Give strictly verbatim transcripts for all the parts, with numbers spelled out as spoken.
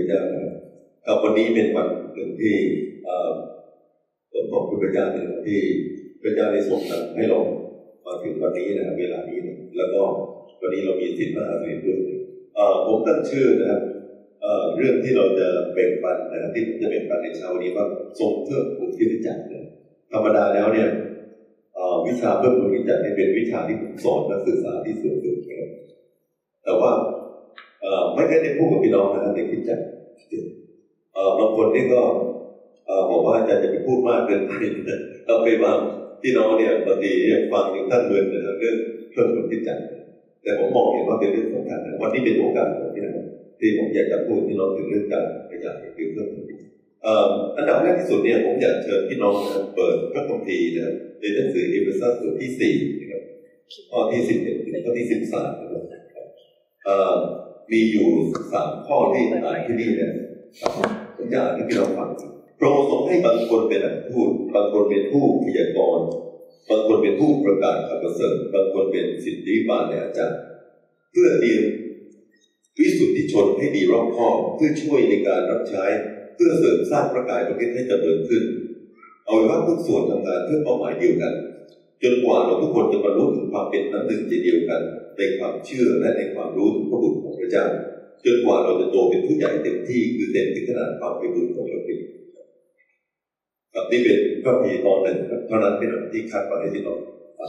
เจ้านะครับวันนี้เป็นวันหนึ่งที่ผมขอบคุณพระเจ้าเป็นวันที่พระเจ้าได้ทรงนำให้เรามาถึงวันนี้นะครับเวลานี้นะแล้วก็วันนี้เรามีสิทธิ์มาอาศัยด้วยผมตั้งชื่อนะครับเรื่องที่เราจะแบ่งปันนะครับที่ผมจะแบ่งปันในเช้าวันนี้ว่าทรงเพิ่มพูนคริสตจักรเนี่ยธรรมดาแล้วเนี่ยวิชาเพิ่มพูนคริสตจักรเนี่ยเป็นวิชาที่ผมสอนนักศึกษาที่สูงสุดนะครับแต่ว่าไม่ได้พูดกับพี่น้องนะครับในคริสตจักรบางคนนี่ก็บอกว่าอาจารย์จะไปพูดมากเกินไปเราไปบางพี่น้องเนี่ยบางทีฟังอย่างท่านเมืองนะครับเรื่องเพิ่มพูนคริสตจักรแต่ผมมองเห็นว่าเป็นเรื่องสำคัญนะวันนี้เป็นโอกาสของพี่น้องที่ผมอยากจะพูดพี่น้องถึงเรื่องการขยายคือเพิ่มพูนอันดับแรกที่สุดเนี่ยผมอยากเชิญพี่น้องนะครับเปิดพระคัมภีร์นะครับในหนังสือเอเฟซัสบทที่สี่นะครับข้อที่สิบเอ็ดถึงข้อที่สิบสามนะครับมีอยู่สามข้อที่อ่านที่นี่เนี่ยผมอยากให้พี่น้องฟังพระองค์ทรงให้บางคนเป็นนักพูดบางคนเป็นผู้พยากรณ์บางคนเป็นผู้ประกาศข่าวประเสริฐบางคนเป็นศิษย์วิบาลและอาจารย์เพื่อเตรียมวิสุทธิชนให้ดีรอบคอบเพื่อช่วยในการรับใช้เพื่อเสริมสร้างพระกายพระคริสต์ให้เจริญขึ้นเอาไว้ว่าทุกส่วนทำงานเพื่อเป้าหมายเดียวกันจนกว่าเราทุกคนจะบรรลุถึงความเป็นน้ำหนึ่งใจเดียวกันในความเชื่อและในความรู้ถึงพระบุญของพระเจ้าจนกว่าเราจะโตเป็นผู้ใหญ่เต็มที่คือเต็มถึงขนาดความเป็นบุญของพระคริสต์กับนี่เป็นพระพีตอนหนึ่งเท่านั้นเป็นอันที่คัดมาให้พี่น้อง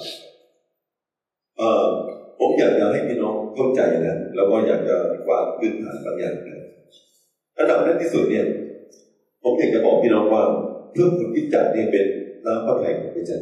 ผมอยากจะให้พี่น้องเข้าใจนะแล้วก็อยากจะวางพื้นฐานบางอย่างนะอันดับแรกที่สุดเนี่ยผมอยากจะบอกพี่น้องว่าเพื่อผลที่จัดเนี่ยเป็นน้ำพระทัยของพระเจ้า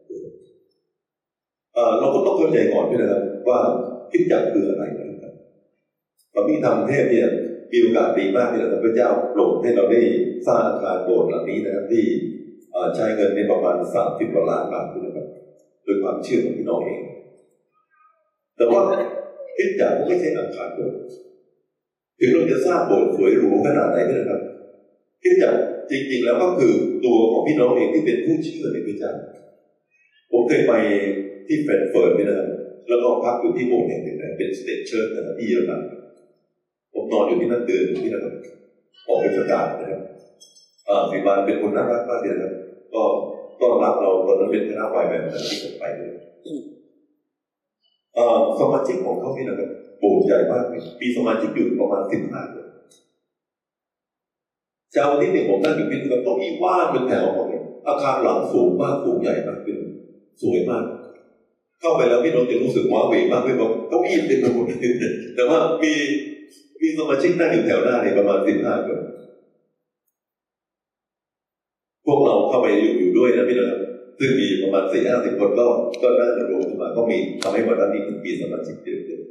เราก็ต้องเข้าใจก่อนด้วยนะครับว่าคิดจักคืออะไรนะครับพระพิธรรมเทพเนี่ยมีโอกาสดีมากที่พระเจ้าโปรดให้เราได้สร้างอาคารโบสถ์หลังนี้นะครับที่ใช้เงินในประมาณสามสิบกว่าล้านบาทนะครับโดยความเชื่อของพี่น้องเองแต่ว่าคิดจักไม่ใช่อาคารโบสถ์ถึงเราจะสร้างโบสถ์สวยหรูขนาดไหนก็นะครับคิดจักจริงๆแล้วก็คือตัวของพี่น้องเองที่เป็นผู้เชื่อในพระเจ้าผมเคยไปที่แฟรงก์เฟิร์ตนะครับแล้วก็พักอยู่ที่โบสถ์แห่งหนึ่งนะเป็นสเตทเชิร์ชนะครับที่เยอรมันผมนอนอยู่ที่นั่นเดือนที่นั่นออกไปประกาศนะครับอ่าฝีบานเป็นคนน่ารักมากเลยนะครับก็ต้อนรับเราตอนนั้นเป็นคณะวายแบบนั้นที่ผมไปเลยอ่าสมาชิกของเขาเนี่ยนะครับโบสถ์ใหญ่มากมีสมาชิกอยู่ประมาณสิบห้าคนเช้าที่หนึ่งผมนั่งอยู่ที่นั่นต้องมีว่างเป็นแถวหมดเลยอาคารหลังสูงมากสูงใหญ่มากเป็นสวยมากเข้าไปแล้วพี่น้องจะรู้สึกว้าเหวมากเลยบอกเก้าอี้เป็นระบบแต่ว่ามีมีสมาชิกนั่งอยู่แถวหน้าเนี่ยประมาณสิบห้าคนพวกเราเข้าไปอยู่อยู่ด้วยนะพี่น้องซึ่งมีประมาณสี่ห้าสิบคนก็ก็น่าจะรวมขึ้นมาก็มีทำให้วันนั้นนี้ถึงมีสมาชิกเยอะขึ้น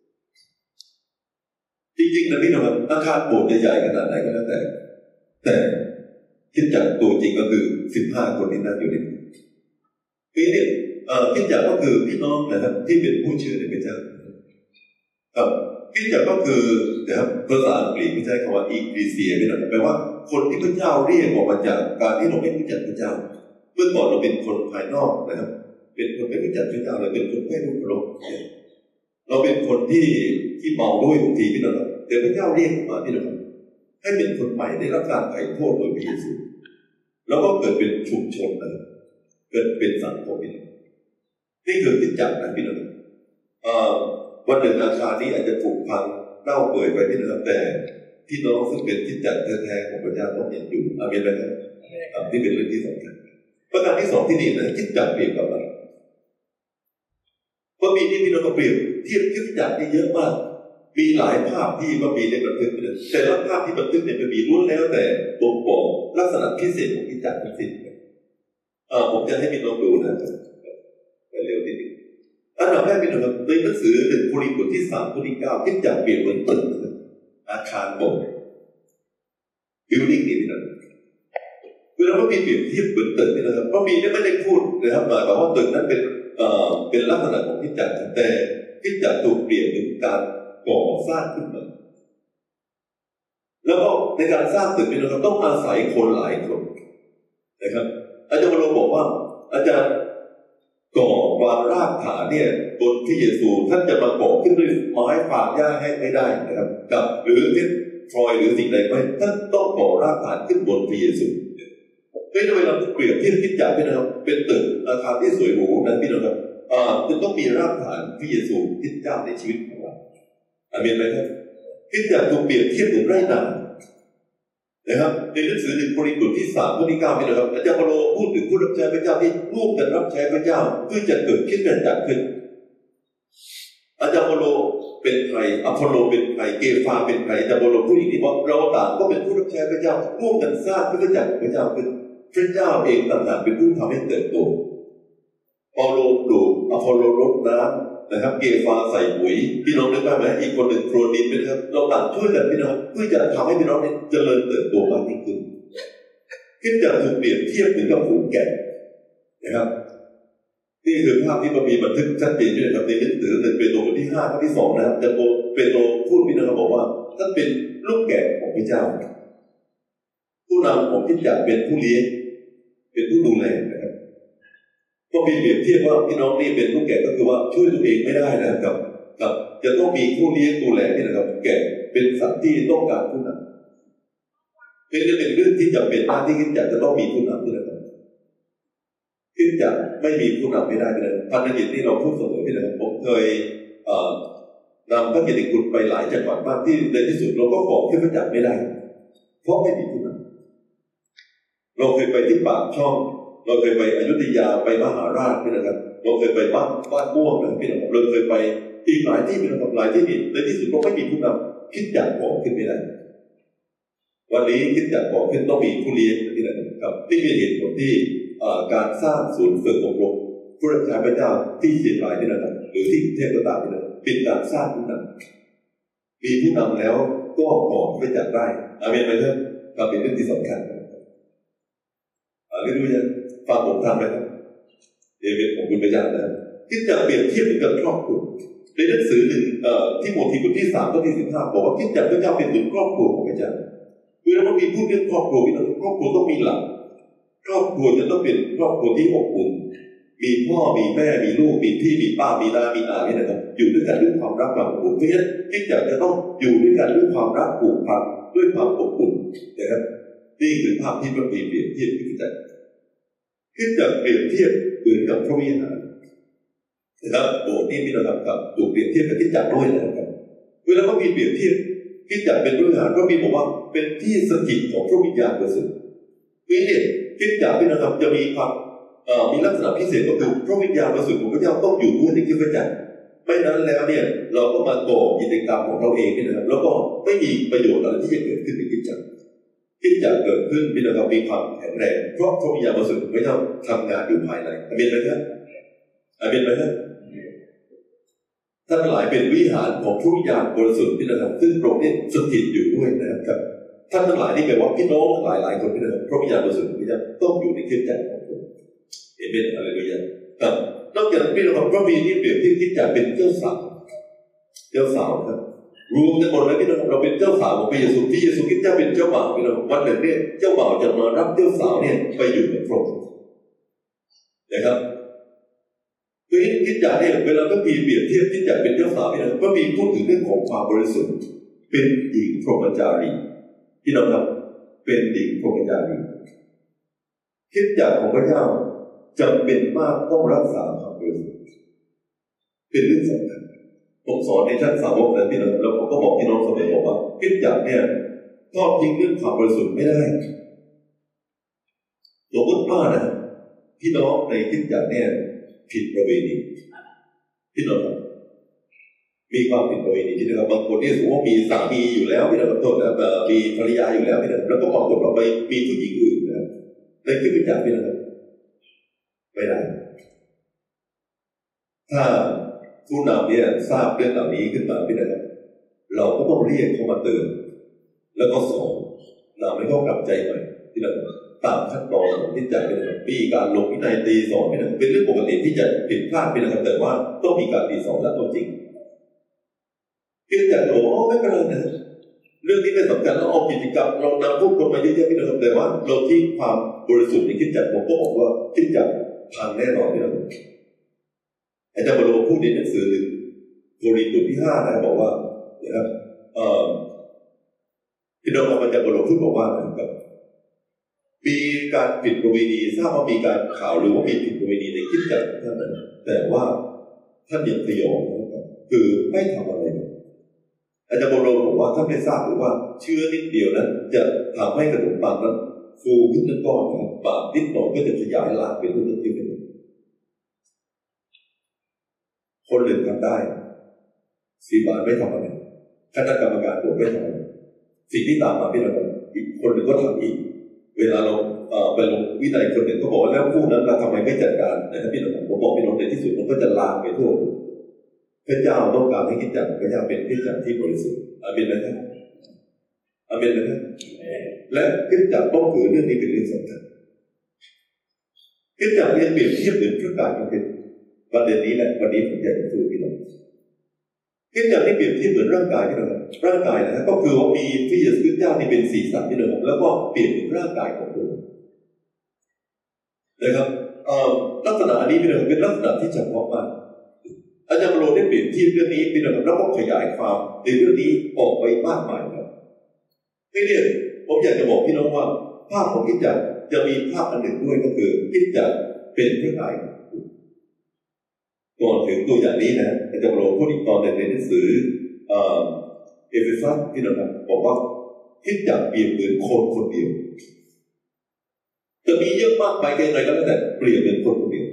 จริงๆนะพี่น้องอาคารโบสถ์ใหญ่ขนาดไหนก็แล้วแต่แต่คิดจากตัวจริงก็คือสิบห้าคนที่นั่งอยู่ในปีนี้คิดจากก็คือพี่น้องนะครับที่เป็นผู้เชื่อในพระเจ้าครับคิดจากก็คือนะครับภาษาอังกฤษไม่ใช่คำว่าอีกรีเซียไม่หรอกแปลว่าคนที่พระเจ้าเรียกออกมาจากการที่เราไม่รู้จักพระเจ้าเมื่อก่อนเราเป็นคนภายนอกนะครับเป็นคนไม่รู้จักพระเจ้าเราเป็นคนไม่รู้เคารพเราเป็นคนที่ที่เมาด้วยบางทีพี่น้องแต่พระเจ้าเรียกมาพี่น้องให้เป็นคนใหม่ได้รับการไถ่โทษโดยพระเยซูแล้วก็เกิดเป็นชุมชนนะเกิดเป็นสังคมนี่นี่คือคิดจักนะพี่น้องวันหนึ่งอาคารนี้อาจจะถูกพังเน่าเปื่อยไปพี่น้องแต่พี่น้องซึ่งเป็นคิดจักแท้ๆของพระเจ้าต้องยังอยู่อาเมนไหมครับที่เป็นเรื่องที่สำคัญประการที่สองที่นี่นะคิดจักเปรียบกับอะไรเพราะมีที่พี่น้องเปรียบเทียบคิดจักได้เยอะมากมีหลายภาพที่พระบีได้บันทึกไปเลยแต่ละภาพที่บันทึกในพระบีล้วนแล้วแต่บ่งบอกลักษณะพิเศษของคิดจักทั้งสิ้นอ่าผมจะให้พี่น้องดูนะไปเร็วนิดนึงอันดับแรกพี่น้องในหนังสือหนึ่งโครินธ์บทที่สามข้อที่เก้าคิดจักเปรียบเหมือนตึกอาคารโบสถ์บิลดิ้งนี่พี่น้องเวลาพระบีเปรียบเทียบเหมือนตึกนี่นะครับพระบีไม่ได้พูดนะครับมาแต่ว่าตึกนั้นเป็นเอ่อเป็นลักษณะของคิดจักแต่คิดจักถูกเปรียบถึงการก่อสร้างขึ้นมาแล้วก็ในการสร้างตึกเป็นเราต้องอาศัยคนหลายคนนะครับอาจารย์วโรบอกว่าอาจารย์ก่อวางรากฐานเนี่ยบนที่เยซูท่านจะมาก่อขึ้นด้วยไม้ฟางหญ้าให้ไม่ได้นะครับกับหรือฟรอยหรือสิ่งใดไม่ท่านต้องก่อรากฐานขึ้นบนพระเยซูไม่ได้เวลาเปรียบเทียบคิดจักพี่นะครับเป็นตึกอาคารที่สวยหรูนั้นพี่นะครับอ่าจะต้องมีรากฐานพระเยซูคิดจักในชีวิตของเราอาเมนไหมครับคิดจักถูกเปรียบเทียบเหมือนไร่นานะครับในหนังสือหนึ่งโครินธ์บทที่สามข้อที่เก้าพี่นะครับอาจารย์เปาโลพูดถึงผู้รับใช้พระเจ้าที่ร่วมกันรับใช้พระเจ้าเพื่อจะเกิดคิดกันจักขึ้นอาจารย์เปาโลเป็นใครอพอลโลเป็นใครเกฟาเป็นใครอาจารย์เปาโลพูดอีกทีว่าเราต่างก็เป็นผู้รับใช้พระเจ้าร่วมกันสร้างคริสตจักรพระเจ้าขึ้นพระเจ้าเองต่างหากเป็นผู้ทำให้เติบโตเปาโลปลูกอพอลโลรดน้ำนะครับเกฟาใส่ปุ๋ยพี่น้องนึกได้ไหมอีกคนหนึ่งโครนินเป็นครับเราต่างช่วยกันพี่น้องเพื่อจะทำให้พี่น้องเนี่ยเจริญเติบโตมากยิ่งขึ้นคริสตจักรถูกเปรียบเทียบเหมือนกับฝูงแกะนะครับนี่คือภาพที่มันมีบันทึกชัดเจนด้วยนะครับในหนังสือหนึ่งเปโตรบทที่ห้าข้อที่สองนะครับจะโปเปโตรพูดพี่นะครับบอกว่าท่านเป็นลูกแกะของพระเจ้าผู้นำของคริสตจักรเป็นผู้เลี้ยงเป็นผู้ดูแลนะครับก็มีเปรียบเทียบว่าพี่น้องนี่เป็นลูกแกะก็คือว่าช่วยตัวเองไม่ได้นะครับกับจะต้องมีผู้เลี้ยงดูแลนี่นะครับแกะเป็นสัตว์ที่ต้องการผู้นำเป็นเป็นเรื่องที่จำเป็นมากที่คริสตจักรจะต้องมีผู้นำนี่นะครับคริสตจักรไม่มีผู้นำไม่ได้เลยพันธกิจที่เราพูดเสมอพี่นะครับผมเคยนำพระเกียรติคุณไปหลายจังหวัดมากที่ในที่สุดเราก็ก่อคริสตจักรไม่ได้เพราะไม่มีผู้นำเราเคยไปที่ปากช่องเราเคยไปอยุธยาไปมหาราชพี่นะครับเราเคยไปบ้านบ้านม่วงนะพี่นะครับเราเคยไปอีกหลายที่พี่นะครับหลายที่นี่ในที่สุดเราไม่มีผู้นำคริสตจักรก่อขึ้นไม่ได้วันนี้คริสตจักรก่อขึ้นต้องมีผู้เลี้ยงพี่นะครับที่มีเหตุผลที่การสร้างศูนย์ฝึกอบรมผู้รับใช้พระเจ้าที่เชียงรายนี่นะครับหรือที่เทพตานี่นะเป็นการสร้างผู้นำมีผู้นำแล้วก็ก่อไม่จัดได้อาเมนไหมครับก็เป็นเรื่องที่สำคัญอาเมนรู้ยังฟังผมทำไหมครับเอเมนของคุณพระเจ้านะที่จะเปรียบเทียบกับครอบครัวในหนังสือหนึ่งที่โมทีบทที่สามข้อที่สิบห้าบอกว่าคิดจักพระเจ้าเป็นเหมือนครอบครัวของพระเจ้าเวลาเรามีพูดเรื่องครอบครัวพี่น้องครอบครัวต้องมีหลักครอบครัวจะต้องเป็นครอบครัวที่อบอุ่นมีพ่อมีแม่มีลูกมีพี่มีป้ามีน้ามีอาเนี่ยนะครับอยู่ด้วยกันด้วยความรักความอบอุ่นเพราะฉะนั้นที่จะจะต้องอยู่ด้วยกันด้วยความรักผูกพันด้วยความอบอุ่นนะครับนี่คือภาพที่พระบีเปรียบเทียบขึ้นจากขึ้นจากเปรียบเทียบเหมือนกับพระวิหารนะครับโบสถ์นี่มีระดับกับถูกเปรียบเทียบกับที่จักรด้วยนะครับเวลาพระบีเปรียบเทียบที่จักรเป็นพระวิหารพระบีบอกว่าเป็นที่สถิตของพระวิญญาณบริสุทธิ์วิญญาณคิดจากพี่นะครับจะมีความมีลักษณะพิเศษก็คือพระวิญญาณบริสุทธิ์ของพระเจ้าต้องอยู่ด้วยในคริสตจักรไม่นั้นแล้วเนี่ยเราก็มาก่อกิจกรรมของเราเองนี่นะครับแล้วก็ไม่มีประโยชน์อะไรที่จะเกิดขึ้นในคริสตจักรคริสตจักรเกิดขึ้นพี่นะครับมีความแข็งแรงเพราะพระวิญญาณบริสุทธิ์ของพระเจ้าทำงานอยู่ภายในอาเมนไหมครับอาเมนไหมครับท่านหลายเป็นวิหารของพระวิญญาณบริสุทธิ์พี่นะครับซึ่งพระองค์เนี่ยสถิตอยู่ด้วยนะครับท่านทั้งหลายนี่แปลว่าพี่น้องหลายหลายคนที่นะครับพระวิญญาณบริสุทธิ์ที่จะต้องอยู่ในคริสตจักรของผมเอเมนอะไรด้วยครับนอกจากนั้นพี่น้องพระบีนี่เปรียบเทียบคริสตจักรเป็นเจ้าสาวเจ้าสาวครับรวมกันหมดเลยพี่น้องเราเป็นเจ้าสาวของพระเยซูที่เยซูคริสต์เจ้าเป็นเจ้าบ่าวพี่น้องวันหนึ่งเนี่ยเจ้าบ่าวจะมารับเจ้าสาวเนี่ยไปอยู่กับพระองค์นะครับคือคริสตจักรเนี่ยเวลาพระบีเปรียบเทียบคริสตจักรเป็นเจ้าสาวพี่น้องพระบีพูดถึงเรื่องของความบริสุทธิ์เป็นหญิงพรหมจารีที่เราทำเป็นหญิงพรหมจารีคริสตจักรของพระเจ้าจำเป็นมากต้องรักษาความบริสุทธิ์เป็นเรื่องสำคัญผมสอนในชั้นสาวกนั้นพี่น้องแล้วผมก็บอกพี่น้องเสมอบอกว่าคริสตจักรเนี่ยทอดทิ้งเรื่องความบริสุทธิ์ไม่ได้สมมติว่านะพี่น้องในคริสตจักรเนี่ยผิดประเวณีพี่น้องมีความผิดประเวณีที่นะครับบางคนเนี่ยสมมติว่ามีสามีอยู่แล้วพี่น้องขอโทษนะมีภรรยาอยู่แล้วพี่น้องแล้วก็บอกว่าไปมีผู้หญิงอื่นนะในคริสตจักรพี่น้องไม่ได้ถ้าผู้นำเนี่ยทราบเรื่องเหล่านี้ขึ้นมาพี่น้องเราก็ต้องเรียกเขามาเตือนแล้วก็สอนเราไม่ต้องกลับใจใหม่พี่น้องตามขั้นตอนของคริสตจักรพี่น้องมีการลงวินัยตีสอนพี่น้องเป็นเรื่องปกติที่จะผิดพลาดพี่น้องแต่ว่าต้องมีการตีสอนและตัวจริงคริสตจักรบอกว่าไม่เป็นไรนะเรื่องนี้ไม่สำคัญเราเอากิจกรรมเรานำพวกคนมาเยอะๆพี่น้องแต่ว่าเราที่ความบริสุทธิ์ในคริสตจักรผมก็บอกว่าคริสตจักรพังแน่นอนพี่น้องอาจารย์บรมพูดในหนังสือหนึ่งโครินธ์บทที่ห้านะบอกว่านะครับเอ่อพี่น้องอาจารย์บรมพูดบอกว่านะครับมีการผิดประเวณีทราบว่ามีการข่าวหรือว่ามีผิดประเวณีในคริสตจักรท่านนั้นแต่ว่าท่านยังพยองนะครับคือไม่ทำอะไรเลยอาจารย์บรมบอกว่าท่านไม่ทราบหรือว่าเชื้อนิดเดียวนั้นจะทำให้ขนมปังนั้นฟูขึ้นเป็นก้อนนะครับบางนิดหน่อยก็จะขยายหลากไปทั่วทั้งที่เป็นคนหนึ่งทำได้สี่บาทไม่ทำอะไรคณะกรรมการบอกไม่ทำอะไรสิ่งที่ตามมาพี่น้องอีกคนหนึ่งก็ทำอีกเวลาเราเอ่อไปลงวินัยคนหนึ่งก็บอกว่าแล้วผู้นั้นเราทำไมไม่จัดการนะครับพี่น้องผมบอกพี่น้องในที่สุดมันก็จะลามไปทั่วพระเจ้าต้องการให้คริสตจักรพระเจ้าเป็นคริสตจักรที่บริสุทธิ์อาเมนไหมครับอาเมนไหมครับและคริสตจักรต้องถือเรื่องนี้เป็นเรื่องสำคัญคริสตจักรเนี่ยเปรียบเทียบเหมือนพระกายของเป็นประเด็นนี้แหละวันนี้ผมอยากจะพูดพี่น้องคริสตจักรนี่เปรียบเทียบเหมือนร่างกายพี่น้องร่างกายนะก็คือว่ามีพระเยซูคริสต์เจ้าที่เป็นศีรษะพี่น้องแล้วก็เปรียบเหมือนร่างกายของเรานะครับลักษณะอันนี้พี่น้องเป็นลักษณะที่เฉพาะมากอาจารย์บรมได้เปรียบเทียบเรื่องนี้พี่น้องแล้วก็ขยายความในเรื่องนี้ออกไปมากมายครับนี่เนี่ยผมอยากจะบอกพี่น้องว่าภาพของคริสตจักรจะมีภาพอันหนึ่งด้วยก็คือคริสตจักรเป็นพระกายก่อนถึงตัวอย่างนี้นะอาจารย์บรมพูดอีกตอนหนึ่งในหนังสือเอเฟซัสพี่น้องครับบอกว่าคริสตจักรเปรียบเหมือนคนคนเดียวจะมีเยอะมากไปแค่ไหนก็แล้วแต่เปรียบเหมือนคนคนเดียว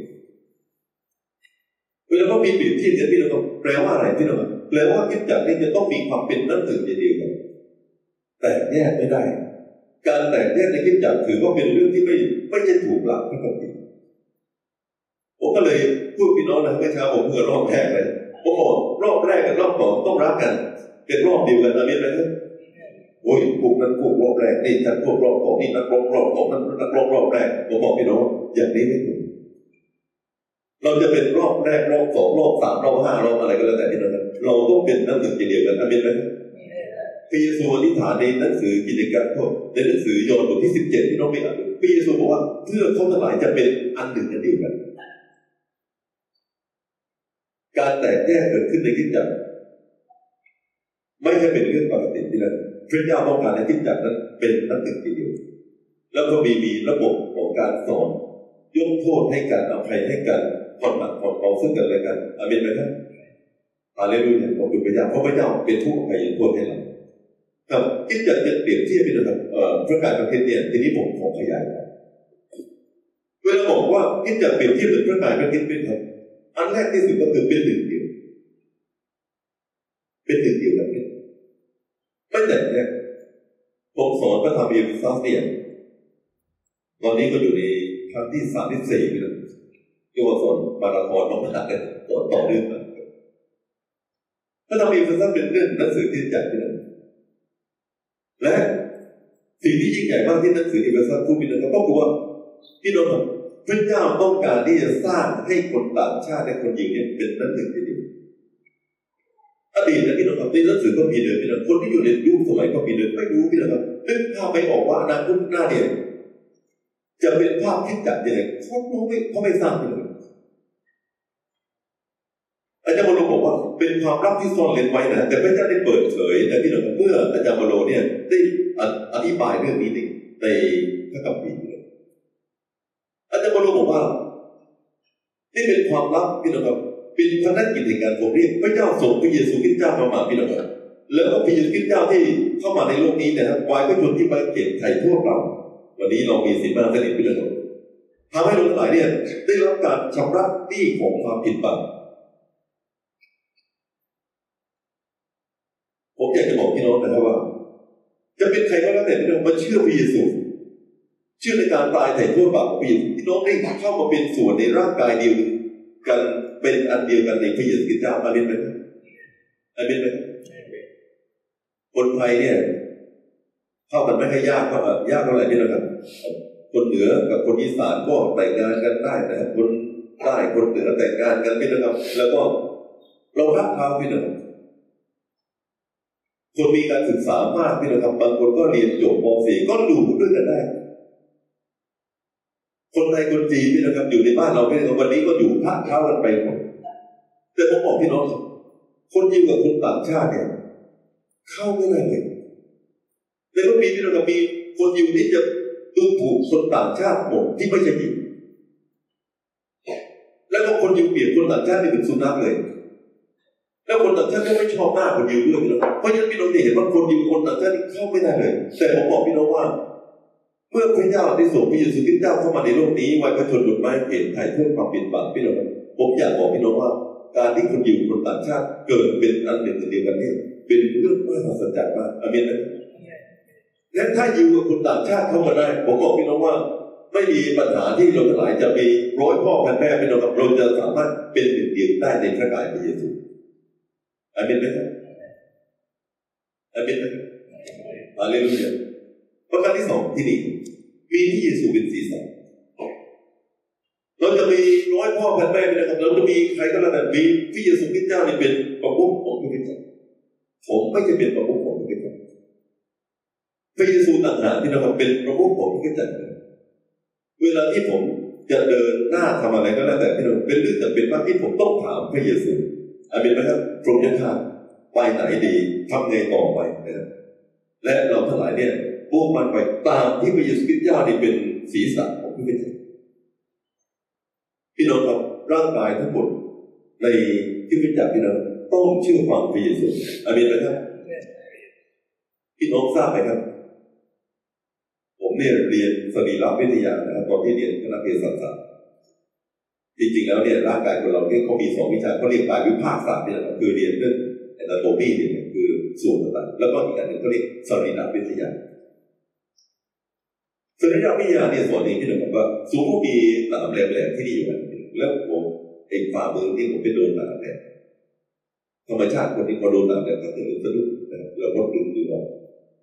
เวลาเขามีเปรียบเทียบเนี่ยพี่น้องแปลว่าอะไรพี่น้องแปลว่าคริสตจักรนี่จะต้องมีความเป็นน้ำหนึ่งเดียวกันแต่แยกไม่ได้การแตกแยกในคริสตจักรถือว่าเป็นเรื่องที่ไม่ไม่ใช่ถูกหลักพระคัมภีร์ผมก็เลยพูดพี่น้องนะเมื่อเช้าผมเพื่อรอบแรกเลยผมบอกรอบแรกกับรอบสองต้องรักกันเป็นรอบเดียวกันนะเนี่ยนะโอ้ยพวกนั้นพวกรอบแรกนี่ฉันพวกรอบสองนี่นักรอบรอบสองนั้นนักรอบรอบแรกผมบอกพี่น้องอย่างนี้ไม่ถูกเราจะเป็นรอบแรกรอบสองรอบสามรอบห้ารอบอะไรก็แล้วแต่พี่น้องเราต้องเป็นน้ำหนึ่งเดียวกันนะเนี่ยนะพระเยซูอธิษฐานในหนังสือกิจการในหนังสือยอห์นบทที่สิบเจ็ดที่น้องไปอ่านพระเยซูบอกว่าเพื่อเขาทั้งหลายจะเป็นอันหนึ่งอันเดียวกันการแตกแยกเกิดขึ้นในคริสตจักรไม่ใช่เป็นเรื่องปกติที่นั่นพระเจ้าต้องการให้คริสตจักรนั้นเป็นอันหนึ่งเดียวแล้วก็มีมีระบบของการสอนยกโทษให้กันอภัยให้กันผ่อนหนักผ่อนเบาซึ่งกันและกันอาเมนไหมครับฮาเลลูยาขอบคุณพระเจ้าเพราะพระเจ้าเป็นผู้อภัยโทษให้เราครับคริสตจักรจะเปรียบเทียบเป็นนะครับพระกายประเภทเนี่ยทีนี้ผมขอขยายครับเวลาบอกว่าคริสตจักรเปรียบเทียบเป็นพระกายประเภทเป็นครับอันแรกที่สุดก็คือเป็นหนึ่งเดียวเป็นหนึ่งเดียวกันไม่แต่เนี่ยผมสอนพระธรรมเอเฟซัสเนี่ยตอนนี้ก็อยู่ในครั้งที่สามที่สี่แล้วที่ว่าสอนมาราธอนน้องมากันต่อต่อเรื่องกันพระธรรมเอเฟซัสเป็นเรื่องหนังสือที่จัดขึ้นและสิ่งที่ยิ่งใหญ่มากที่หนังสือเอเฟซัสพูดเป็นนะครับก็คือว่าพี่น้องพระเจ้าต้องการที่จะสร้างให้คนต่างชาติและคนหญิงเนี่ยเป็นน้ำหนึ่งเดียวอดีตนะพี่น้องครับในหนังสือก็มีเดิมพี่น้องคนที่อยู่ในยุคสมัยก็มีเดิมไม่รู้พี่น้องครับนึกภาพไม่ออกว่าอนาคตหน้าเนี่ยจะเป็นภาพคิดจัดยังไงเขารู้ไม่เขาไม่ทราบเลยอาจารย์บรมบอกว่าเป็นความลับที่ซ่อนเร้นไว้นะแต่พระเจ้าได้เปิดเผยแต่พี่น้องเมื่ออาจารย์บรมเนี่ยได้อธิบายเรื่องนี้ในพระคัมภีร์อาจารย์บรมบอกว่านี่เป็นความลับพี่น้องครับเป็นภารกิจในการทรงเรียกพระเจ้าส่งพระเยซูคริสต์เจ้ามามาพี่น้องครับแล้วก็พระเยซูคริสต์เจ้าที่เข้ามาในโลกนี้นะครับวายพระชนที่มาเก็บไถ่พวกเราวันนี้เรามีสิทธิ์มากสนิทพี่น้องครับทำให้เราทั้งหลายเนี่ยได้รับการชำระหนี้ของความผิดบาปผมอยากจะบอกพี่น้องนะครับว่าจะเป็นใครก็แล้วแต่พี่น้องมาเชื่อพระเยซูเชื่อในการตายไถ่โทษบาปของพระเยซูพี่น้องได้เข้ามาเป็นส่วนในร่างกายเดียวกันเป็นอันเดียวกันในพระเยซูคริสต์เจ้าอาเมนไหมอาเมนไหมคนไทยเนี่ยเข้ากันไม่ค่อยยากเท่าไหร่ยากเท่าไหร่นี่แหละครับคนเหนือกับคนอีสานก็แต่งงานกันได้นะคนใต้คนเหนือแต่งงานกันไม่นะครับแล้วก็เรารักเขาพี่น้องคนมีการศึกษามากพี่น้องครับบางคนก็เรียนจบม สี่ก็อยู่ด้วยกันได้คนไทยคนจีนพี่นะครับอยู่ในบ้านเราไม่ได้วันนี้ก็อยู่พักเท้ากันไปหมดแต่ผมบอกพี่น้องคนยิวกับคนต่างชาติเนี่ยเข้าไม่ได้เลยในพระปีนี้เราก็มีคนยิวที่จะดูถูกคนต่างชาติหมดที่ไม่ใช่ยิวแล้วก็คนยิวเปลี่ยนคนต่างชาติเป็นสุนัขเลยแล้วคนต่างชาติก็ไม่ชอบหน้าคนยิวด้วยพี่น้องเพราะฉะนั้นพี่น้องจะเห็นว่าคนยิวคนต่างชาติเข้าไม่ได้เลยแต่ผมบอกพี่น้องว่าเมื่อพระเจ้าได้ส่งพระเยซูคริสต์เจ้าเข้ามาในโลกนี้ไว้พระชนม์บนไม้กางเขนไถ่เพื่อความเป็นบาปพี่น้องผมอยากบอกพี่น้องว่าการที่คนยิวคนต่างชาติเกิดเป็นอันหนึ่งอันเดียวกันนี่เป็นเรื่องมหัศจรรย์มากอาเมนนะและถ้ายิวกับคนต่างชาติเข้ามาได้ผมบอกพี่น้องว่าไม่มีปัญหาที่เราทั้งหลายจะมีร้อยพ่อพันแม่พี่น้องเราจะสามารถเป็นหนึ่งเดียวได้ในพระกายพระเยซูอาเมนไหมครับอาเมนไหมฮาเลลูยาประการที่สองที่นี่มีที่เยซูเป็นศีรษะเราจะมีร้อยพ่อพันแม่ไปนะครับเราจะมีใครก็แล้วแต่มีที่เยซูคริสต์เจ้านี่เป็นประมุขของพระคริสต์ผมไม่จะเป็นประมุขของพระคริสต์พระเยซูต่างหากที่เราเป็นประมุขของพระคริสต์เวลาที่ผมจะเดินหน้าทำอะไรก็แล้วแต่ที่เราเป็นเรื่องจำเป็นมากที่ผมต้องถามพระเยซูอาเมนไหมครับพระองค์ข้าไปไหนดีทำไงต่อไปนะครับและเราทั้งหลายเนี่ยมุ่งมั่นไปตามที่พระเยซูคริสต์เจ้านี่เป็นศีรษะของพระคริสต์พี่น้องครับร่างกายทั้งหมดในที่พระเจ้าพี่น้องต้องเชื่อฟังพระเยซูอาเมนไหมครับพี่น้องทราบไหมครับผมเนี่ยเรียนสรีรวิทยานะครับตอนที่เรียนคณะเภสัชศาสตร์จริงๆแล้วเนี่ยร่างกายของเราเนี่ยเขามีสองวิชาเขาเรียกกายวิภาคศาสตร์เนี่ยนะครับคือเรียนเรื่องแอนโทมีเนี่ยคือส่วนต่างๆแล้วก็อีกอันหนึ่งเขาเรียกสรีรวิทยาสรีรวิทยาเนี่ยส่วนนี้ที่เราบอกว่าสูงก็มีหนามแหลมๆที่นี่อยู่กันแล้วผมเองฝ่ามือที่ผมไปโดนหนามแหลมธรรมชาติคนที่พอโดนหนามแหลมก็จะสะดุ้งนะครับแล้วก็ดึงมือออก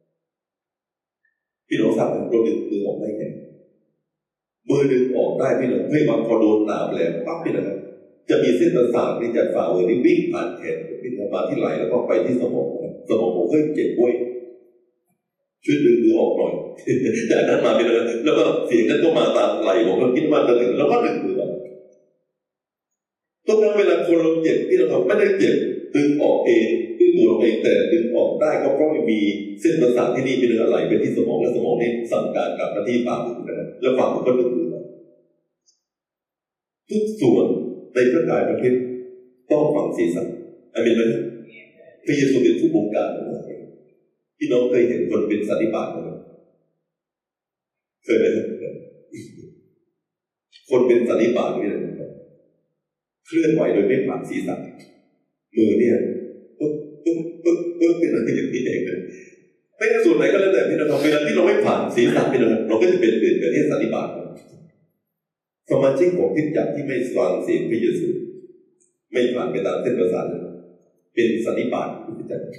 พี่น้องทราบไหมเราดึงมือออกได้ไงมือดึงออกได้พี่น้องให้ว่าพอโดนหนามแหลมปั๊บพี่น้องจะมีเส้นประสาทที่จากฝ่ามือที่วิ่งผ่านแขนพี่น้องมาที่ไหล่แล้วก็ไปที่สมองสมองผมเคยเจ็บป่วยช่วยดึงมือออกหน่อยจากนั้นมาพี่น้องแล้วก็เสียงนั้นก็มาตามไหล่ผมก็คิดว่าจะถึงแล้วก็ดึงมือออกตรงนั้นเวลาคนเราเจ็บพี่น้องไม่ได้เจ็บดึงออกเองดึงตัวเราเองแต่ดึงออกได้ก็เพราะมีเส้นประสาทที่นี่เป็นอะไรไปที่สมองและสมองนี่สั่งการกลับมาที่ฝ่ามือนะครับแล้วฝ่ามือก็ดึงมือทุกส่วนในร่างกายประเภทต้องฟังศีรษะอาเมนไหมพระเยซูเป็นผู้บงการของเราพี่น้องเคยเห็นคนเป็นสันนิบาตไหมเคยไหมคนเป็นสันนิบาตนี่นะครับเคลื่อนไหวโดยไม่ผ่านศีรษะมือเนี่ยปึ๊บปึ๊บปึ๊บปึ๊บเป็นอะไรอย่างนี้เองเลยไม่ในส่วนไหนก็แล้วแต่พี่น้องเวลาที่เราไม่ผ่านศีรษะพี่น้องเราก็จะเป็นเป็นแบบที่สันนิบาตสมาชิกของคริสตจักรที่ไม่ฟังเสียงพระเยซูไม่ผ่านไปตามเส้นประสาทเป็นสันนิบาตคริสตจักร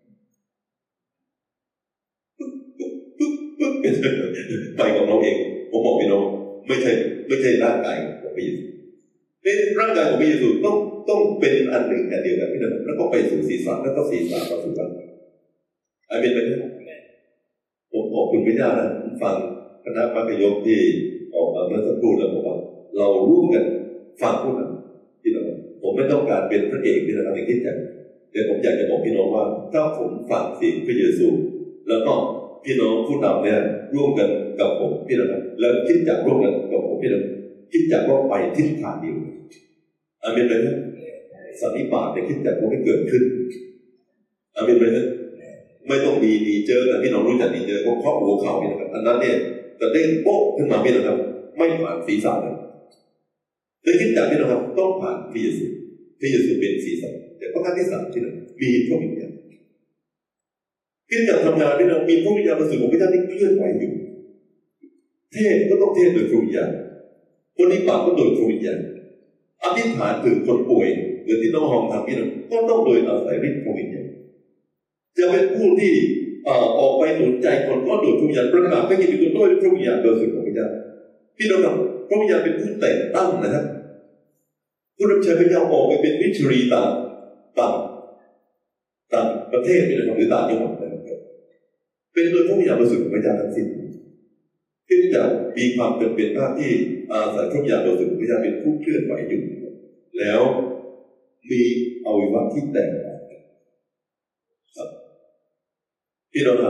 ไปกับเราเองผมบอกพี่น้องไม่ใช่ไม่ใช่ร่างกายของพระเยซูเป็นร่างกายของพระเยซูต้องต้องเป็นอันหนึ่งอันเดียวกันพี่น้องแล้วก็ไปสู่ศีรษะแล้วก็ศีรษะมาสู่ร่างกายอาเมนไหมผมขอบคุณพระเจ้านะฟังคณะมัธยมที่ออกมาเมื่อสักครู่แล้วบอกว่าเราร่วมกันฟังพวกนั้นพี่น้องผมไม่ต้องการเป็นพระเอกพี่น้องในคริสตจักรแต่ผมอยากจะบอกพี่น้องว่าถ้าผมฟังเสียงพระเยซูแล้วก็พี่น้องผู้นำเนี่ยร่วมกันกับผมพี่น้องแล้วคิดจักร่วมกันกับผมพี่น้องคิดจักว่าไปทิศทางเดียวอาเมนเลยนะสันนิบาตในคิดจักก็ไม่เกิดขึ้นอาเมนเลยนะไม่ต้องมีดีเจอนะพี่น้องรู้จักดีเจอเพราะครอบหัวเข่าพี่น้องอันนั้นเนี่ยจะเด้งโป๊ะขึ้นมาพี่น้องไม่ผ่านศีรษะเลยในคิดจักพี่น้องต้องผ่านพระเยซูพระเยซูเป็นศีรษะแต่ประการที่สามพี่น้องมีพระวิญญาณคิดจักทำงานพี่น้องมีพระวิญญาณประสูติของพระเจ้าที่เคลื่อนไหวอยู่เทศก็ต้องเทศโดยพระวิญญาณคนนี้ปากก็โดยพระวิญญาณอธิษฐานถึงคนป่วยหรือที่น้องหอมทำพี่น้องก็ต้องโดยอาศัยฤทธิ์พระวิญญาณจะเป็นผู้ที่ออกไปหนุนใจคนก็โดยพระวิญญาณประกาศไม่กินเป็นด้วยพระวิญญาณโดยสุดของพระเจ้าพี่น้องครับพระวิญญาณเป็นผู้แต่งตั้งนะครับผู้รับใช้พระเจ้าออกไปเป็นมิชชันนารีต่างต่างต่างประเทศหรือต่างจังหวัดนะครับเป็นโดยพระวิญญาณโดยสุดของพระเจ้าทั้งสิ้นที่จะมีความเป็นเป็นมากที่อาศัยพระวิญญาณโดยสุดของพระเจ้าเป็นผู้เคลื่อนไหวอยู่แล้วมีอวัยวะที่แตกต่างกันพี่น้องครับ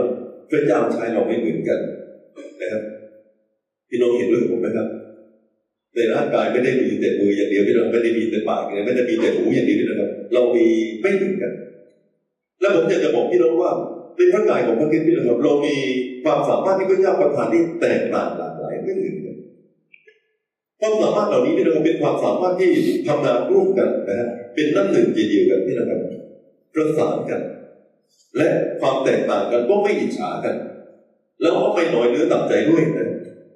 พระเจ้าใช้เราไม่เหมือนกันนะครับพี่น้องเห็นด้วยกับผมไหมครับในร่างกายไม่ได้มีแต่มืออย่างเดียวพี่น้องไม่ได้มีแต่ปากอย่างเดียวไม่ได้มีแต่หูอย่างเดียวนะครับเรามีไม่เหมือนกันแล้วผมอยากจะบอกพี่น้องว่าในพระกายของพระคริสต์พี่น้องเรามีความสามารถที่พระเจ้าประทานที่แตกต่างหลากหลายไม่เหมือนกันความสามารถเหล่านี้พี่น้องเป็นความสามารถที่ทำงานร่วมกันนะฮะเป็นน้ำหนึ่งใจเดียวกันพี่น้องครับประสานกันและความแตกต่างกันก็ไม่อิจฉากันแล้วก็ไม่น้อยเนื้อต่ำใจด้วยนะ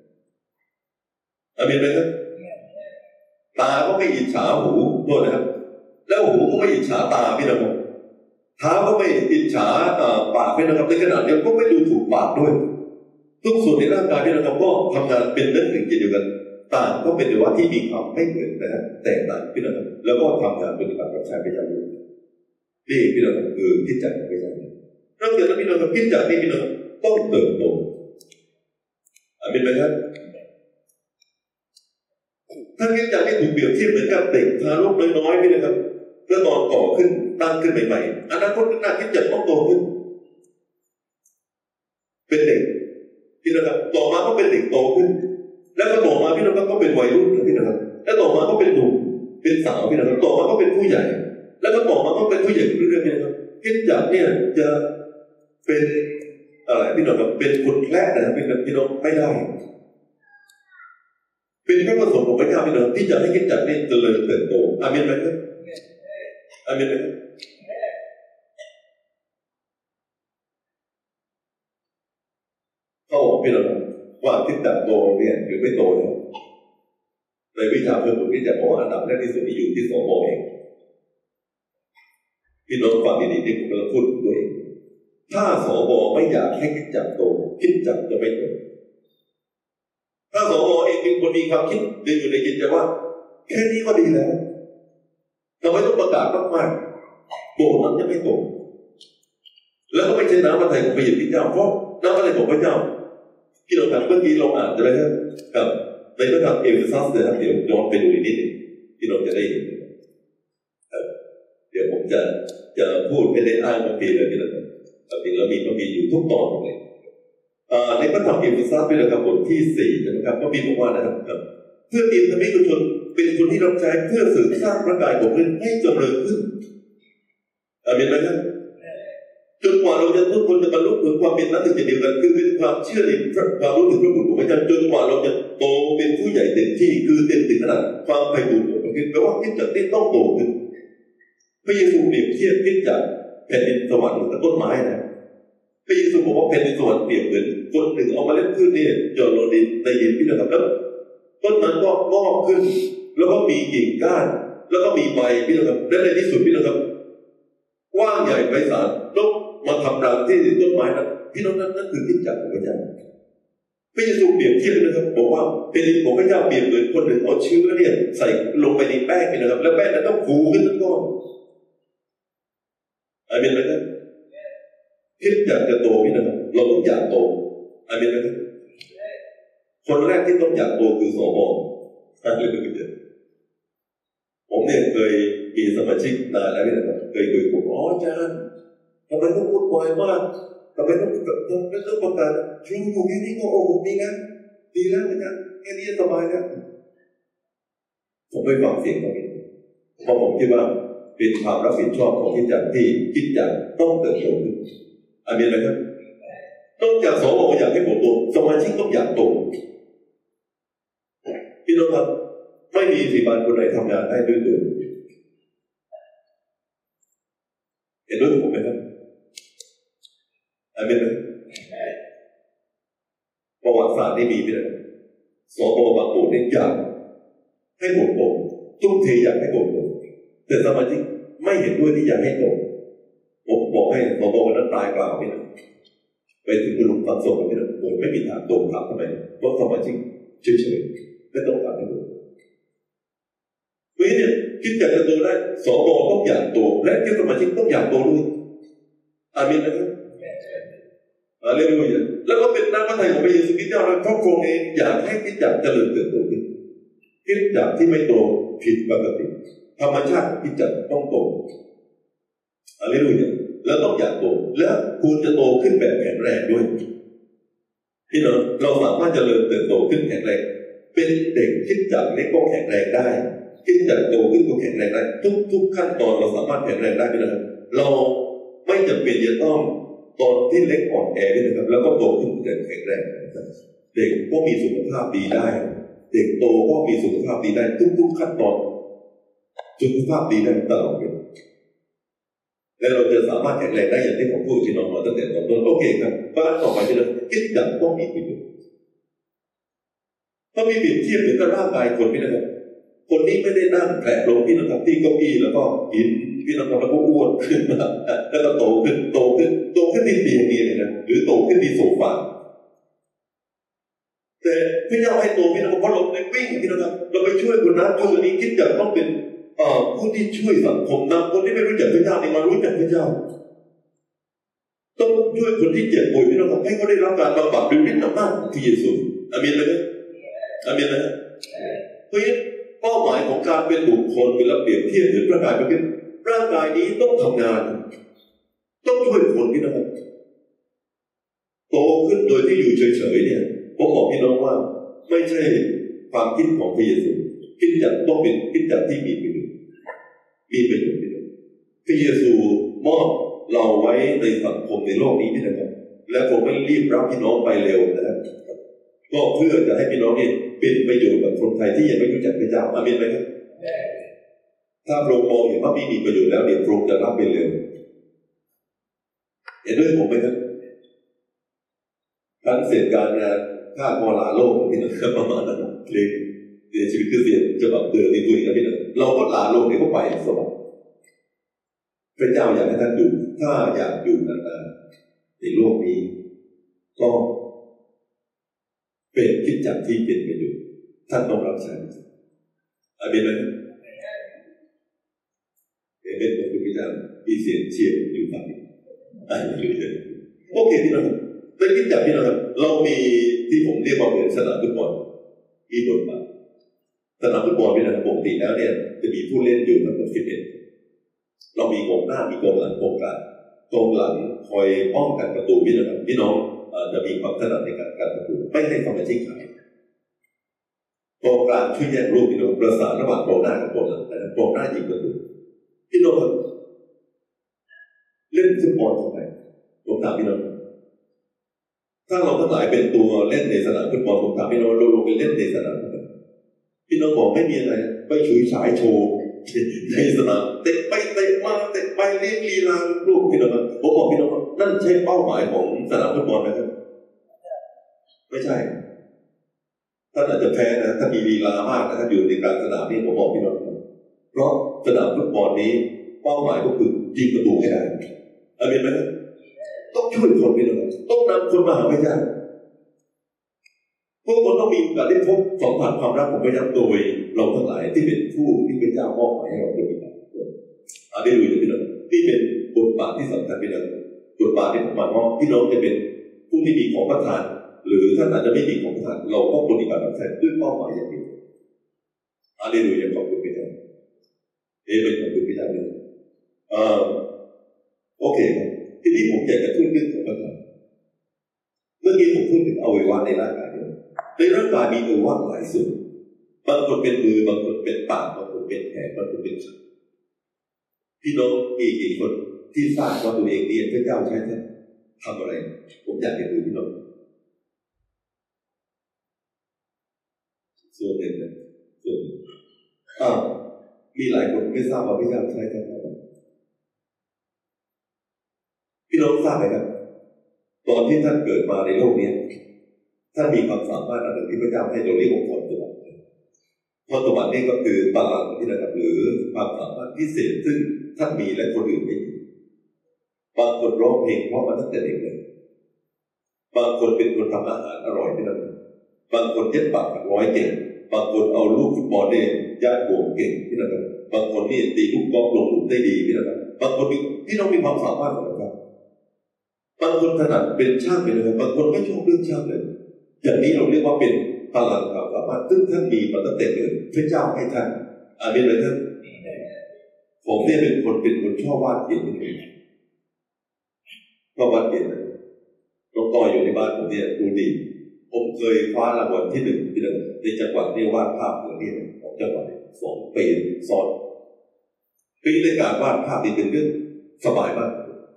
อาเมนไหมครับตาก็ไม่อิจฉาหูด้วยนะครับแล้วหูก็ไม่อิจฉาตาพี่น้องเท้าก็ไม่อิจฉาปากพี่น้องครับในขณะเดียวกันก็ไม่ดูถูกปากด้วยทุกส่วนในร่างกายพี่น้องก็ทำงานเป็นน้ำหนึ่งใจเดียวกันต่างก็เป็นแต่ว่าที่มีความไม่เหมือนนะฮะแตกต่างพี่น้องแล้วก็ทำงานปฏิบัติกับชายพระเจ้าด้วยนี่พี่น้องคือคิดจักรพระเจ้านอกจากนั้นพี่น้องคิดจักรนี่พี่น้องต้องเติบโตอาเมนไหมครับถ้าคิดจักรนี่ถูกเปรียบเทียบเหมือนกับเด็กทารกน้อยๆพี่นะครับเมื่อตอนก่อขึ้นตั้งขึ้นใหม่ๆอนาคตข้างหน้าคิดจักรต้องโตขึ้นเป็นเด็กพี่นะครับต่อมาก็เป็นเด็กโตขึ้นแล้วก็ต่อมาพี่นะครับก็เป็นวัยรุ่นพี่นะครับแล้วต่อมาก็เป็นหนุ่มเป็นสาวพี่นะครับต่อมาก็เป็นผู้ใหญ่แล้วก็ต่อมาก็เป็นผู้ใหญ่เรื่อยๆพี่นะครับคิดจักรเนี่ยจะเป็นอะไรพี่น้องครับเป็นคนแรกนะครับเป็นพี่น้องไม่ได้เป็นพระประสงค์ของพระเจ้าพี่น้องที่จะให้คิดจักรนี่เจริญเติบโตอาเมนไหมครับอาเมนไหมเขาบอกพี่น้องว่าคิดจักรโตเนี่ยหรือไม่โตเนี่ยในวิชาเพื่อนผมที่จะบอกว่าอันดับแรกที่สุดอยู่ที่สมองเองพี่น้องฟังดีๆที่ผมกำลังพูดด้วยเองถ้าสวไม่อยากให้คิดจักรโตคิดจักรจะไม่โตถ้าสวเองเป็นคนมีความคิดดึงอยู่ในจิตใจว่าแค่นี้ก็ดีแล้วทำไมต้องประกาศมากๆโบสถ์นั้นจะไม่โตแล้วก็ไม่ใช่น้ำพระทัยของพระเยซูเจ้าเพราะน้ำพระทัยของพระเจ้าที่เราทำเมื่อกี้เราอ่านจะได้ครับในพระธรรมเอเฟซัสเนี่ยครับเดี๋ยวย้อนไปดูนิดนึงที่เราจะได้เห็นเดี๋ยวผมจะจะพูดไม่ได้อ้างบางทีเลยที่เราจริงแล้วมีบางทีอยู่ทุกตอนเลยในพระธรรมเอเฟซัสเป็นระดับบทที่สี่นะครับก็มีบอกว่านะครับเพื่อทีมธรรมิกชนเป็นคนที่รับใช้เพื่อสืบสร้างร่างกายของเราให้เจริญขึ้นอาเมนไหมครับจนกว่าเราจะทุกคนจะบรรลุถึงความเป็นนั้นถึงจะเดียวกันคือเป็นความเชื่อในความรู้ถึงพระบุตรของพระเจ้าจนกว่าเราจะโตเป็นผู้ใหญ่เต็มที่คือเต็มถึงขนาดความไพบูลย์ของพระคริสต์แปลว่าคริสตจักรต้องโตขึ้นพระเยซูเปรียบเทียบคริสตจักรแผ่นดินสวรรค์กับต้นไม้นะพระเยซูบอกว่าแผ่นดินสวรรค์เปรียบเหมือนคนหนึ่งเอาเมล็ดพืชเนี่ยหย่อนลงดินในดินพี่นะครับแล้วต้นนั้นก็งอกขึ้นแล้วก็มีกิ่งก้านแล้วก็มีใบพี่นะครับและในที่สุดพี่นะครับกว้างใหญ่ไพศาลแล้วมาทำรังที่ต้นไม้นั้นพี่น้องนั้นนั่นคือคริสตจักรของพระเจ้าพระเยซูเปรียบเทียบนะครับบอกว่าเป็นดินของพระเจ้าเปรียบเหมือนคนหนึ่งเอาเชื้อเนี่ยใส่ลงไปในแป้งนะครับแล้วแป้งนั้นต้องฟูขึ้นทั้งก้อนอาเมนไหมครับคิดอยากจะโตพี่นะครับเราต้องอยากโตอาเมนไหมครับคนแรกที่ต้องอยากโตคือสมท่านเลยคือเดียวผมเนี่ยเคยมีสมาชิกนานแล้วพี่นะครับเคยคุยกับอ๋ออาจารย์ทำไมต้องพูดบ่อยมากทำไมต้องต้องต้องประกาศช่วยอยู่แค่นี้ก็โอ้ดีนะดีแล้วอาจารย์แค่นี้สบายแล้วผมไปฟังเสียงเขาเองเพราะผมคิดว่าเป็นความรับผิดชอบของคิดจักรที่คิดจักรต้องเติบโตขึ้นอาเมนไหมครับต้องจากสวอยากให้ผมโตสมาชิกต้องอยากโตพี่น้องครับไม่มีสิบานคนไหนทำงานได้ด้วยตัวเห็นด้วยกับผมไหมครับอาเมนไหมประวัติศาสตร์ได้มีไปแล้วสวบางโบสถ์เนี่ยอยากให้โบสถ์โตทุ่มเทอยากให้โบสถ์โตแต่สมาชิกไม่เห็นด้วยที่อยากให้โตผมบอกให้สววันนั้นตายเปล่าพี่นะไปถึงกลุ่มฝังศพพี่นะโบสถ์ไม่มีทางโตถามทำไมเพราะสมาชิกเฉยๆไม่ต้องการให้โบสถ์เพราะฉะนั้นคิดอยากจะโตได้สวต้องอยากโตและที่สมาชิกต้องอยากโตด้วยอาเมนนะครับอาเลลูยาแล้วก็เป็นน้ำพระทัยของพระเยซูคริสต์เจ้าและพระองค์เองอยากให้คิดจักรเจริญเติบโตขึ้นคิดจักรที่ไม่โตผิดปกติธรรมชาติคิดจักรต้องโตอาเลลูยาแล้วต้องอยากโตและควรจะโตขึ้นแบบแข็งแรงด้วยพี่น้องเราสามารถเจริญเติบโตขึ้นแข็งแรงเป็นเด็กคิดจากเล็กก็แข็งแรงได้คิดจากโตขึ้นก็แข็งแรงได้ทุกทุกขั้นตอนเราสามารถแข็งแรงได้พี่น้องเราไม่จำเป็นจะต้องตอนที่เล็กอ่อนแอพี่น้องแล้วก็โตขึ้นจะแข็งแรงเด็กก็มีสุขภาพดีได้เด็กโตก็มีสุขภาพดีได้ทุกๆขั้นตอนสุขภาพดีได้ตลอดเวลาและเราจะสามารถแข็งแรงได้อย่างที่ผมพูดที่น้องมาตั้งแต่ตอนต้นโอเคครับบ้านต่อไปจะคิดอย่างต้องมีประโยชน์ถ้ามีเปรียบเทียบถึงกับร่างกายคนพี่นะครับคนนี้ไม่ได้นั่งแผลลงพี่นะครับที่เก้าอี้แล้วก็กินพี่นะครับแล้วก็อ้วนขึ้นมาแล้วก็โตขึ้นโตขึ้นโตขึ้นที่เตียงนี้เลยนะหรือโตขึ้นที่โซฟาแต่พี่เจ้าให้โตพี่นะครับเพราะเราไปวิ่งพี่นะครับเราไปช่วยคนนั้นคนนี้คิดอย่างต้องเป็นผู้ที่ช่วยสังคมนำคนที่ไม่รู้จักพระเจ้านี่มารู้จักพระเจ้าต้องช่วยคนที่เจ็บป่วยพี่น้องให้เขาได้รับการบำบัดด้วยฤทธิ์อำนาจของพระเยซูอาเมนเลยนะอาเมนนะเพราะฉะนั้นเป้าหมายของการเป็นบุคคลเวลาเปรียบเทียบถึงร่างกายมันเป็นร่างกายนี้ต้องทำงานต้องช่วยคนพี่น้องโตขึ้นโดยที่อยู่เฉยๆเนี่ยผมบอกพี่น้องว่าไม่ใช่ความคิดของพระเยซูคิดจักต้องเป็นคิดจักที่มีประโยชน์มีประโยชน์พี่น้องพระเยซูมอบเราไว้ในสังคมในโลกนี้พี่น้องและผมไม่รีบรับพี่น้องไปเร็วนะครับก็เพื่อจะให้พี่น้องเนี่ยเป็นประโยชน์กับคนไทยที่ยังไม่รู้จักพระเจ้าอาเมนไหมครับถ้าพระองค์มองเห็นว่าไม่มีประโยชน์แล้วเดี๋ยวพระองค์จะรับไปเร็วเห็นด้วยผมไหมครับการเสร็จการงานค่ามอลาโลกพี่น้องประมาณนั้นเล็กเสียชีวิตคือเสียจะแบบเตือนที่คุยกันพี่น้องเราก็ลาโลกนี้ก็ไปสวรรค์พระเจ้าอยากให้ท่านอยู่ถ้าอยากอยู่นานๆในโลกนี้ก็เป็นคิดจักที่เป็นประโยชน์ท่านต้องรับใช้อาเมนไหมเอเมนของพระเจ้ามีเสียงเชียร์อยู่ฝั่งนี้โอเคพี่น้องเป็นคิดจักพี่น้องเรามีที่ผมเรียกว่าเป็นสนามฟุตบอลมีบทบาทสนามฟุตบอลพี่น้องปกติแล้วเนี่ยจะมีผู้เล่นอยู่ทั้งหมดสิบเอ็ดเรามีกองหน้ามีกองหลังกองกลางกองหลังคอยป้องกันประตูพี่น้องพี่น้องจะมีความถนัดในการกันประตูไม่ให้สมาชิกขายกองกลางช่วยแยกรูปพี่น้องประสานระหว่างกองหน้ากับกองหลังนะครับกองหน้ายิงประตูพี่น้องเล่นฟุตบอลทำไมผมถามพี่น้องถ้าเราทั้งหลายเป็นตัวเล่นในสนามฟุตบอลผมถามพี่น้องเราลงไปเล่นในสนามพี่น้องบอกไม่มีอะไรไปฉุยฉายโชว์ในสนามเตะไปเตะมาเตะไปเลี้ยงลีลาลูกพี่น้องผมบอกพี่น้องนั่นใช่เป้าหมายของสนามฟุตบอลไหมครับไม่ใช่ท่านอาจจะแพ้นะถ้ามีลีลามากนะถ้าอยู่ในกลางสนามนี่ผมบอกพี่น้องเพราะสนามฟุตบอลนี้เป้าหมายก็คือยิงประตูให้ได้อาเมนไหมต้องช่วยคนพี่น้องต้องนำคนมาหาพระเจ้าพวกคนต้องมีการได้พบสัมผัสความรักของพระเจ้าโดยเราทั้งหลายที่เป็นผู้ที่พระเจ้ามอบหมายให้เราปฏิบัติอาเมนเลยพี่น้องที่เป็นบทบาทที่สำคัญพี่น้องบทบาทที่ผมหมายว่าพี่น้องจะเป็นผู้ที่มีของประทานหรือท่านอาจจะไม่มีของประทานเราก็ปฏิบัติแบบแท้ด้วยเป้าหมายอย่างเดียวอาเมนเลยขอบคุณพระเจ้าเอเมนขอบคุณพระเจ้าเลยเอ่อโอเคครับทีนี้ผมอยากจะพูดเรื่องของประทานเมื่อกี้ผมพูดถึงอวัยวะในร่างกายในร่างกายมีอวัยวะหลายส่วนบางคนเป็นมือบางคนเป็นปากบางคนเป็นแขนบางคนเป็นขาพี่น้องมีกี่คนที่ทราบว่าตัวเองเรียนพระเจ้าใช้ท่านทำอะไรผมอยากเห็นดูพี่น้องส่วนหนึ่งนะส่วนหนึ่งอ้าวมีหลายคนไม่ทราบว่าพระเจ้าใช้ท่านทำอะไรพี่น้องทราบไหมครับตอนที่ท่านเกิดมาในโลกนี้ท่านมีความสามารถอันหนึ่งที่พระเจ้าให้เราเรียกว่าพรสวรรค์พรสวรรค์นี่ก็คือพลังที่นะครับหรือความสามารถพิเศษซึ่งท่านมีและคนอื่นไม่มีบางคนร้องเพลงเพราะมาตั้งแต่เด็กเลยบางคนเป็นคนทำอาหารอร่อยพี่น้องบางคนเย็บปักถักร้อยเก่งบางคนเอาลูกฟุตบอลเนี่ยย่างห่วงเก่งพี่น้องบางคนนี่ตีลูกกอล์ฟลงหลุมได้ดีพี่น้องบางคนมีพี่น้องมีความสามารถของเราบางคนถนัดเป็นช่างไปเลยบางคนไม่ชอบเรื่องช่างเลยอย่างนี้เราเรียกว่าเป็นพลังความสามารถซึ่งท่านมีมาตั้งแต่เกิดพระเจ้าให้ท่านอาเมนเลยท่านผมเนี่ยเป็นคนเป็นคนชอบวาดเขียนเป็นก็วัดเย็นน้องก้อยอยู่ในบ้านผมเนี่ยดูดีผมเคยคว้ารางวัลที่หนึ่งที่หนึ่งในจังหวัดที่วาดภาพเหมือนนี่ของจังหวัดสองปีซ้อนปีในการวาดภาพนี่เป็นเรื่องสบายมาก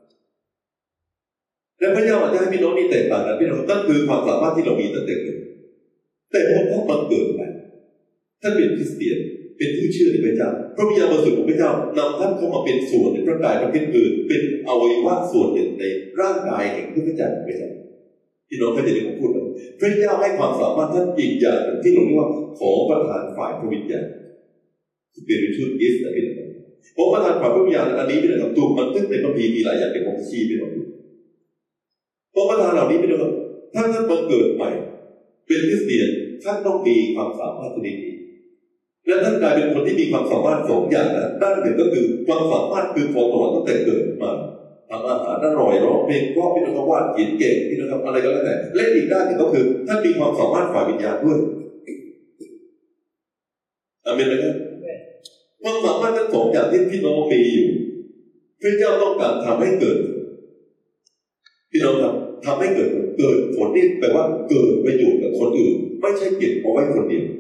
และพระเจ้าอาจจะให้พี่น้องนี่แตกต่างกันพี่น้องนั่นคือความสามารถที่เรามีตั้งแต่เกิดแต่พอพอมันเกิดไปท่านเป็นคริสเตียนเป็นผู้เชื่อในพระเจ้าพระวิญญาณบริสุทธิ์ของพระเจ้านำท่านเข้ามาเป็นส่วนในร่างกายประเภทอื่นเป็นอวัยวะส่วนหนึ่งในร่างกายแห่งพระเจ้าของพระเจ้าพี่น้องเข้าใจที่ผมพูดไหมพระเจ้าให้ความสามารถท่านอีกอย่างหนึ่งที่เราเรียกว่าขอประทานฝ่ายพระวิญญาณ spiritual gift นะพี่น้องขอประทานฝ่ายพระวิญญาณอันนี้พี่น้องถูกบันทึกในพระคัมภีร์มีหลายอย่างเป็นของชี้พี่น้องขอประทานเหล่านี้พี่น้องถ้าท่านมาเกิดใหม่เป็นคริสเตียนท่านต้องมีความสามารถชนิดนี้และท่านกลายเป็นคนที่มีความสามารถสองอย่างนะด้านหนึ่งก็คือความสามารถคือพรสวรรค์ตั้งแต่เกิดมาทำอาหารอร่อยร้องเพลงก็พี่น้องวาดเขียนเก่งพี่น้องอะไรก็แล้วแต่และอีกด้านหนึ่งก็คือท่านมีความสามารถฝ่ายวิญญาณด้วยอาเมนไหมครับความสามารถทั้งสองอย่างที่พี่น้องมีอยู่พระเจ้าต้องการทำให้เกิดพี่น้องครับทำให้เกิดเกิดผลนี่แปลว่าเกิดประโยชน์กับคนอื่นไม่ใช่เก็บเอาไว้คนเดียว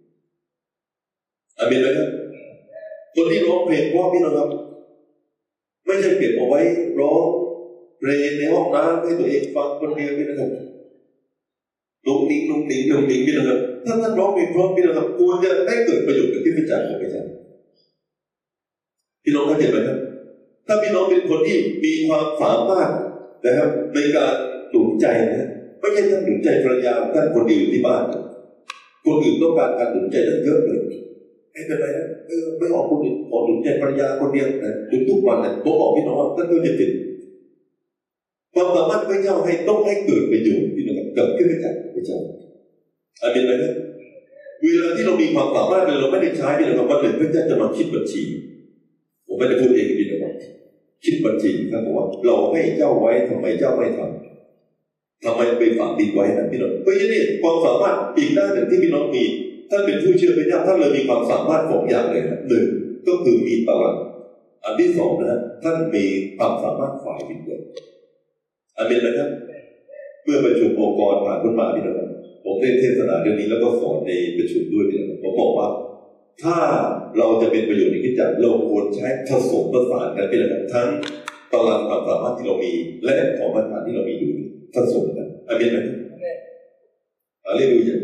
อาเมนไหมครับคนที่ร้องเพลงเพราะพี่น้องครับไม่ใช่เก็บเอาไว้ร้องเพลงในห้องน้ำให้ตัวเองฟังคนเดียวพี่น้องครับลุงนิ้งลุงนิ้งลุงนิ้งพี่น้องครับถ้าท่านร้องเพลงเพราะพี่น้องครับควรจะได้เกิดประโยชน์กับที่พระเจ้าของพระเจ้าพี่น้องเข้าใจไหมครับถ้าพี่น้องเป็นคนที่มีความสามารถนะครับในการหนุนใจนะไม่ใช่ท่านหนุนใจภรรยาท่านคนเดียวที่บ้านคนอื่นต้องการการหนุนใจท่านเยอะเลยไม่เป็นไรนะเออไม่ออกคนอื่นขอหนุนใจภรรยาคนเดียวนะหนุนทุกวันนะผมบอกพี่น้องว่าท่านก็จะติดความสามารถพระเจ้าให้ต้องให้เกิดประโยชน์พี่น้องเกิดขึ้นมาจากพระเจ้าอาเมนไหมนะเวลาที่เรามีความสามารถเราไม่ได้ใช้พี่น้องวันหนึ่งพระเจ้าจะมาคิดบัญชีผมไม่ได้พูดเองพี่น้องคิดบัญชีท่านบอกว่าเราให้เจ้าไว้ทำไมเจ้าไม่ทำทำไมไปฝากดินไว้นะพี่น้องเพราะฉะนั้นความสามารถอีกด้านหนึ่งที่พี่น้องมีท่านเป็นผู้เชื่อพระเจ้าท่านเลยมีความสามารถสองอย่างเลยนะหนึ่งก็คือมีตลับอันที่สองนะท่านมีความสามารถฝ่ายวิญญาณอาเมนไหมครับเมื่อประชุมองค์กรผ่านขึ้นมาพี่น้องผมได้เทศนาเรื่องนี้แล้วก็สอนในประชุมด้วยพี่น้องผมบอกว่าถ้าเราจะเป็นประโยชน์ในคริสตจักรเราควรใช้ผสมผสานกันพี่น้องทั้งตลับความสามารถที่เรามีและของประทานที่เรามีอยู่ผสมกันอาเมนไหมอะไรดูอย่าง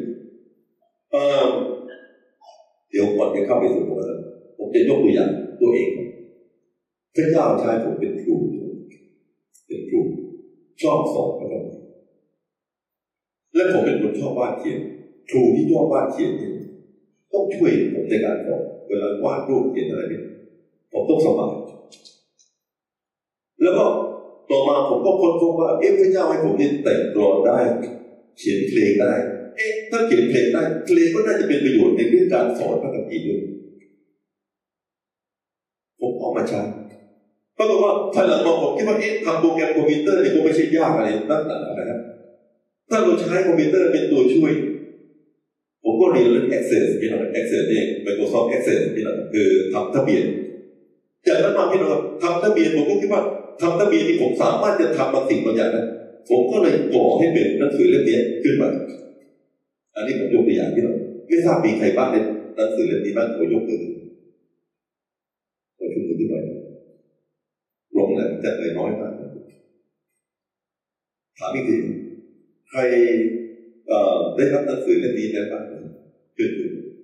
เดี๋ยวก่อนจะเข้าไปสู่ผมนะผมจะยกตัวอย่างตัวเองพระเจ้าใช้ผมเป็นครูเป็นครูชอบสอนนะครับและผมเป็นคนชอบวาดเขียนครูที่ชอบวาดเขียนเนี่ยต้องช่วยผมในการสอนเวลาวาดรูปเขียนอะไรเนี่ยผมต้องสบายแล้วก็ต่อมาผมก็ค้นพบว่าเอ๊ะพระเจ้าให้ผมเนี่ยแต่งกลอนได้เขียนเพลงได้เอ๊ะถ้าเขียนเพลงได้เพลงก็น่าจะเป็นประโยชน์ในเรื่องการสอนพระคัมภีร์ด้วยผมเอามาใช้ปรากฏว่าภายหลังมาผมคิดว่าเอ๊ะทำโปรแกรมคอมพิวเตอร์นี่ก็ไม่ใช่ยากอะไรนักหนานะครับถ้าเราใช้คอมพิวเตอร์เป็นตัวช่วยผมก็เรียนเรื่อง Access พี่น้อง Access เอง Microsoft Access พี่น้องคือทำทะเบียนจากนั้นมาพี่น้องทำทะเบียนผมก็คิดว่าทำทะเบียนที่ผมสามารถจะทำบางสิ่งบางอย่างนะผมก็เลยก่อให้เป็นหนังสือเล่มนี้ขึ้นมาอันนี้ผมยกตัวอย่างพี่น้องไม่ทราบมีใครบ้างในหนังสือเล่มนี้บ้างขอยกมือขอยกมือขึ้นไปลงแล้วจะเลยน้อยมากถามอีกทีใครได้รับหนังสือเล่มนี้แล้วบ้างขึ้น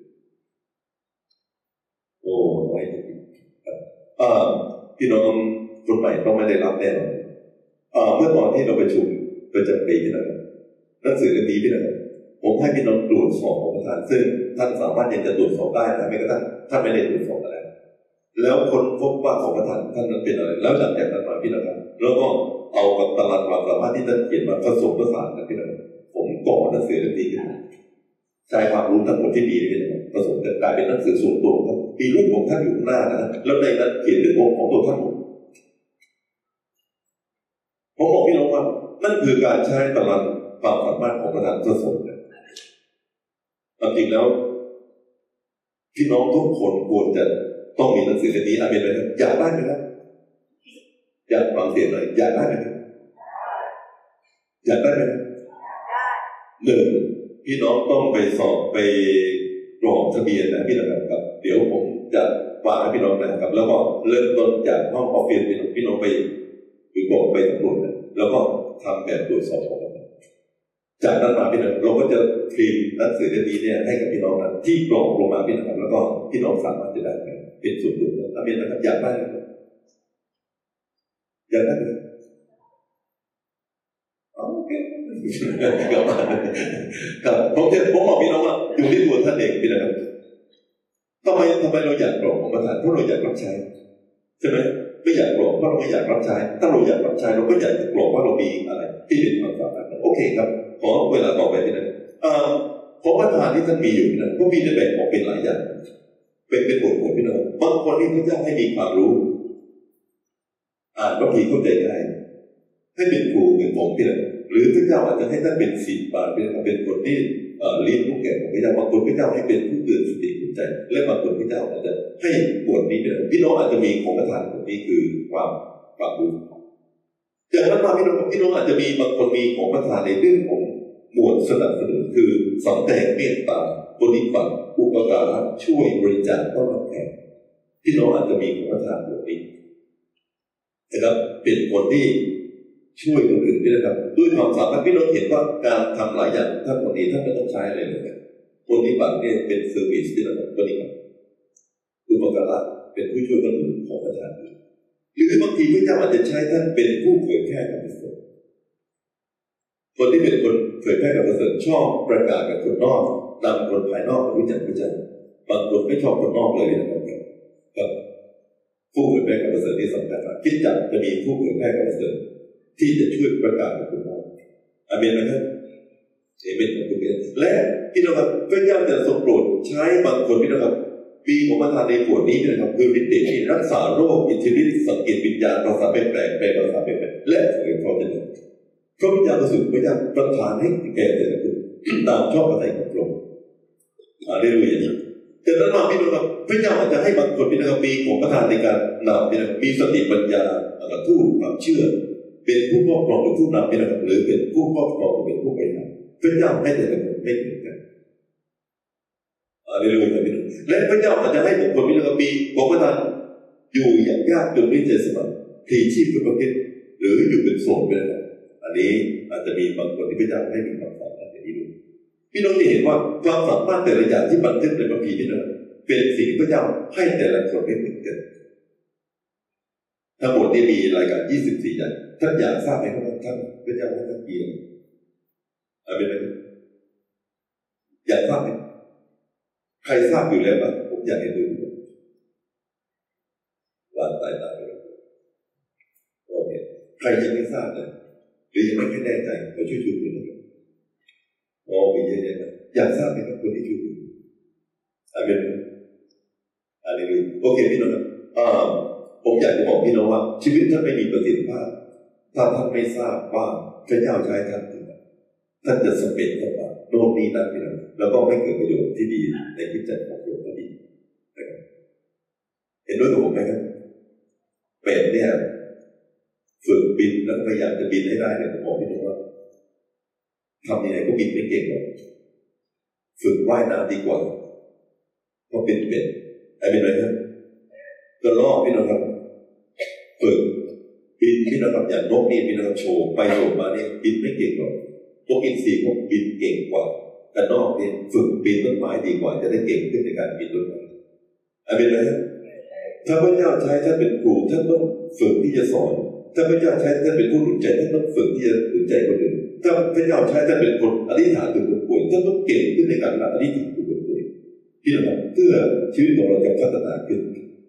โอ้น้อยจริงๆพี่น้องคนใหม่ต้องไม่ได้รับแน่นอนเมื่อตอนที่เราประชุมประจำปีนะหนังสือเล่มนี้พี่น้องผมให้พี่น้องตรวจสอบของประธานซึ่งท่านสามารถยังจะตรวจสอบได้นะไม่กระทั่งท่านไม่ได้ตรวจสอบอะไรแล้วคนพบว่าของประธานท่านนั้นเป็นอะไรแล้วหลังจากนั้นมาพี่น้องแล้วก็เอากับตารางความสามารถที่ท่านเขียนมาผสมผสานกันพี่น้องผมก่อหนังสือเล่มนี้ขึ้นมาใช้ความรู้ทั้งหมดที่มีพี่น้องผสมกันกลายเป็นหนังสือส่วนตัวครับมีรูปของท่านอยู่ข้างหน้านะแล้วในนั้นเขียนเรื่องของตัวท่านหมดผมบอกพี่น้องว่านั่นคือการใช้ตารางความสามารถของประธานผสมกันจริงแล้วพี่น้องทุกคนควรจะต้องมีหนังสือเล่มนี้อาเมนไหมครับอยากได้ไหมครับอยากฟังเสียงหน่อยอยากได้ไหมครับอยากได้ไหมหนึ่งพี่น้องต้องไปสอบไปกรอกทะเบียนนะพี่น้องครับเดี๋ยวผมจะฝากให้พี่น้องนะครับแล้วก็เริ่มต้นจากห้องออฟฟิศพี่น้องพี่น้องไปไปกรอกไปสำรวจนะแล้วก็ทำแบบตรวจสอบของมันจากนั้นมาพี่น้องเราก็จะพิมพ์หนังสือเล่มนี้เนี่ยให้กับพี่น้องนะที่กรอกลงมาพี่น้องแล้วก็พี่น้องสามารถจะได้เป็นส่วนรวมนะทะเบียนนะครับอยากได้ไหมอยากได้ไหมโอเคครับผมจะผมบอกพี่น้องว่าอยู่ที่ตัวท่านเองพี่นะครับทำไมทำไมเราอยากกรอกของประธานเพราะเราอยากรับใช้ใช่ไหมไม่อยากกรอกเพราะเราไม่อยากรับใช้ถ้าเราอยากรับใช้เราก็อยากจะกรอกว่าเรามีอะไรที่เป็นความสามารถโอเคครับขอเวลาต่อไปพี่นะของประธานที่ท่านมีอยู่นะก็มีได้แบ่งออกเป็นหลายอย่างเป็นเป็นบทบทพี่น้องบางคนที่พระเจ้าให้มีความรู้อ่านบางทีเข้าใจง่ายให้เป็นครูเป็นผมพี่นะหรือพระเจ้าอาจจะให้ท่านเป็นศิษย์บาลเป็นเป็นคนที่เลี้ยงผู้แก่ของพระเจ้าบางคนพระเจ้าให้เป็นผู้เตือนสติกุญใจและบางคนพระเจ้าอาจจะให้บทนี้เป็นพี่น้องอาจจะมีของประทานบทนี้คือความความรู้จากนั้นมาพี่น้องพี่น้องอาจจะมีบางคนมีของประทานในเรื่องของหมวดสนับสนุนคือสำแดงเมตตาบริบัติอุปการะช่วยบริจาคต้อนรับแขกพี่น้องอาจจะมีของประทานบทนี้นะครับเป็นคนที่ช่วยคนอื่นด้วยนะครับด้วยความสามารถพี่น้องเห็นว่าการทำหลายอย่างท่านคนนี้ท่านไม่ต้องใช้อะไรเลยคนที่บัตรเนี่ยเป็นเซอร์วิสที่เราคนนี้อุปการะเป็นผู้ช่วยคนอื่นของประธานหรือบางทีพระเจ้าอาจจะใช้ท่านเป็นผู้เผยแพร่กับประเสริฐคนที่เป็นคนเผยแพร่กับประเสริฐชอบประกาศกับคนนอกนำคนภายนอกรู้จักพระเจ้าบางคนไม่ชอบคนนอกเลยนะครับกับผู้เผยแพร่กับประเสริฐที่สำคัญคิดจักจะมีผู้เผยแพร่กับประเสริฐที่จะช่วยประกาศกับคุณน้องอาเมนไหมครับเอเมนของคุณเป็นและพี่น้องครับพระเจ้าจะทรงโปรดใช้บางคนพี่น้องครับมีของประทานในบทนี้นะครับคือฤทธิ์เดชที่รักษาโรคอิทธิฤทธิ์สังเกตวิญญาณภาษาแปลกแปลภาษาแปลกและเผยพระวจนะพระวิญญาณประสูติพระเจ้าประทานให้แก่แต่ละคนตามชอบพระทัยของพระองค์อาเลลูยาแต่นั้นมาพี่น้องครับพระเจ้าอาจจะให้บางคนพี่น้องครับมีของประทานในการนำพี่น้องมีสติปัญญาและทูตความเชื่อเป็นผู้ครอบครองหรือผู้นำเป็นระดับหรือเป็นผู้ครอบครองหรือเป็นผู้บริหารพระเจ้าให้แต่ละคนไม่เหมือนกันอะไรเลยนะพี่น้องและพระเจ้าอาจจะให้บุคคลมีระดับมีของประทานอยู่อย่างยากจนไม่เจอสมัครทีชีพเป็นประเภทหรืออยู่เป็นโสดเป็นระดับอันนี้อาจจะมีบางคนที่พระเจ้าให้มีความสามารถอย่างนี้ด้วยพี่น้องจะเห็นว่าความสามารถแต่ละอย่างที่บันทึกในพระคัมภีร์นี่นะเป็นสิ่งที่พระเจ้าให้แต่ละคนไม่เหมือนกันทั้งหมดนี้มีรายการยี่สิบสี่อย่างท่านอยากทราบไหมครับว่าท่านพระเจ้าให้ท่านกี่อะไรเป็นไหมอยากทราบไหมใครทราบอยู่แล้วบ้างผมอยากให้ดูว่าตายตายไปแล้วโอเคใครยังไม่ทราบเลยหรือยังไม่แน่ใจขอช่วยช่วยดูนะครับโอ้มีเยอะแยะอยากทราบไหมครับคนที่ช่วยดูอะไรเป็นอะไรดูโอเคพี่น้องอ่าผมอยากจะบอกพี่น้องว่าชีวิตท่านไม่มีประสิทธิภาพถ้าท่านไม่ทราบว่าพระเจ้าใช้ท่านท่านจะสเปนกับโลกนี้นั่นพี่น้องแล้วก็ไม่เกิดประโยชน์ที่ดีในคิดจักรของโลกนี้เห็นด้วยกับผมไหมครับเป็ดเนี่ยฝึกบินแล้วพยายามจะบินให้ได้เนี่ยผมบอกพี่น้องว่าทำยังไงก็บินไม่เก่งหรอกฝึกว่ายน้ำดีกว่าเพราะเป็นเป็ดไอ้เป็นไรครับก็ล่อพี่น้องครับฝึกบินพี่น้องครับอย่างนกนี่พี่น้องโชว์ไปโชว์มาเนี่ยบินไม่เก่งหรอกนกอินทรีพวกบินเก่งกว่าแต่นอกเนี่ยฝึกบินต้นไม้ดีกว่าจะได้เก่งขึ้นในการบินต้นไม้ไอ้เป็นไรครับถ้าพระเจ้าใช้ท่านเป็นครูท่านต้องฝึกที่จะสอนถ้าพระเจ้าใช้ท่านเป็นผู้หนุนใจท่านต้องฝึกที่จะหนุนใจคนอื่นถ้าพระเจ้าใช้ท่านเป็นคนอธิษฐานถึงคนป่วยท่านต้องเก่งขึ้นในการอธิษฐานถึงคนป่วยพี่น้องเพื่อชีวิตของเราจะพัฒนาขึ้น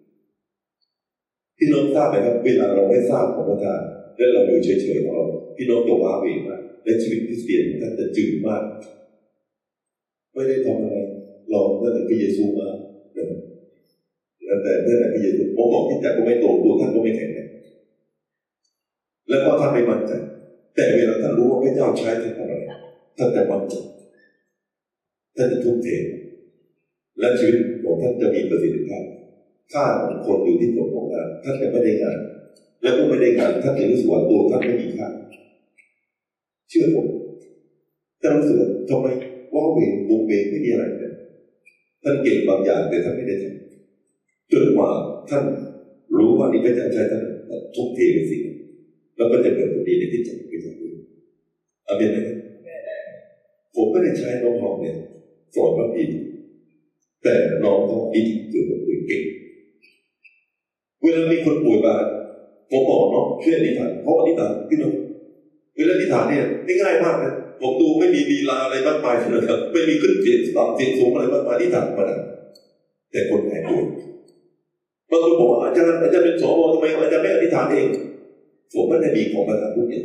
พี่น้องทราบไหมครับเวลาเราไม่ทราบของพระเจ้าและเราอยู่เฉยๆของเราพี่น้องจะว้าเหวมากและชีวิตคริสเตียนท่านจะจืดมากไม่ได้ทำอะไรลองเมื่อไหร่พระเยซูมาแล้วแต่เมื่อไหร่พระเยซูผมบอกที่จักก็ไม่โตตัวท่านก็ไม่แข็งแรงแล้วก็ท่านไม่มั่นใจแต่เวลาท่านรู้ว่าพระเจ้าใช้ท่านทำอะไรท่านจะมั่นใจท่านจะทุ่มเทและชีวิตของท่านจะมีประสิทธิภาพค่าของคนอยู่ที่ผลของงานท่านจะไม่ได้งานแล้วก็ไม่ได้งานท่านจะรู้สึกว่าตัวท่านไม่มีค่าเชื่อผมแต่รู้สึกว่าทำไมว่าเวงวงเวงไม่มีอะไรเลยท่านเก่งบางอย่างแต่ท่านไม่ได้ทำจนกว่าท่านรู้ว่านี่พระเจ้าใช้ท่านทุ่มเทในสิ่งแล้วก็จะเกิดผลดีในที่จักรเป็นอย่างอื่นอาเมนไหมผมไม่ได้ใช้น้องหอมเนี่ยสอนว่าดีแต่น้องเขาดีเกิดป่วยเก่งเวลามีคนป่วยมาผมบอกน้องช่วยอธิษฐานเพราะอธิษฐานพี่น้องเวลาอธิษฐานเนี่ยง่ายมากนะผมดูไม่มีลีลาอะไรมากมายนะครับไม่มีขึ้นเสียงต่ำเสียงสูงอะไรมากมายอธิษฐานมาได้แต่คนหายป่วยบางคนบอกอาจารย์อาจารย์เป็นสวทำไมอาจารย์ไม่อธิษฐานเองผมไม่ได้มีของประทานทุกอย่าง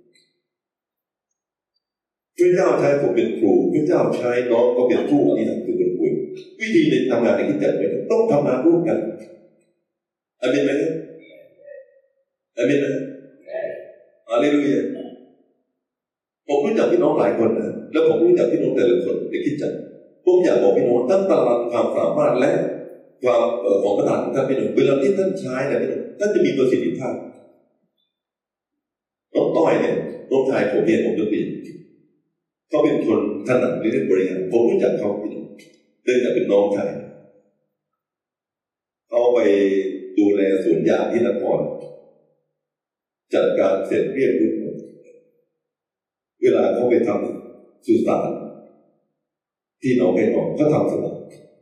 พระเจ้าใช้ผมเป็นครูพระเจ้าใช้น้องก็เป็นผู้อธิษฐานคือเป็นคุยวิธีในทำงานในคิดจัดเป็นต้องทำงานร่วมกันอาเมนไหมครับอาเมนนะอาเลลูยาผมรู้จักพี่น้องหลายคนนะแล้วผมรู้จักพี่น้องแต่ละคนในคิดจัดผมอยากบอกพี่น้องท่านตลาดความสามารถและความของประธานท่านพี่น้องเวลาที่ท่านใช้เนี่ยพี่น้องท่านจะมีประสิทธิภาพน้องต้อยเนี่ยน้องชายผมเนี่ยผมจะเปลี่ยนเขาเป็นคนถนัดในเรื่องบริหารผมรู้จักเขาพี่น้องเนื่องจากเป็นน้องชายเขาไปดูแลสวนยางที่นครจัดการเสร็จเรียบร้อยเวลาเขาไปทำสุสานที่น้องไปน้องเขาทำสบาย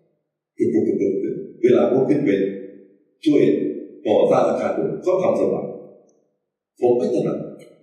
เวลาเขาขึ้นไปช่วยก่อสร้างอาคารเขาทำสบายผมไม่ถนัด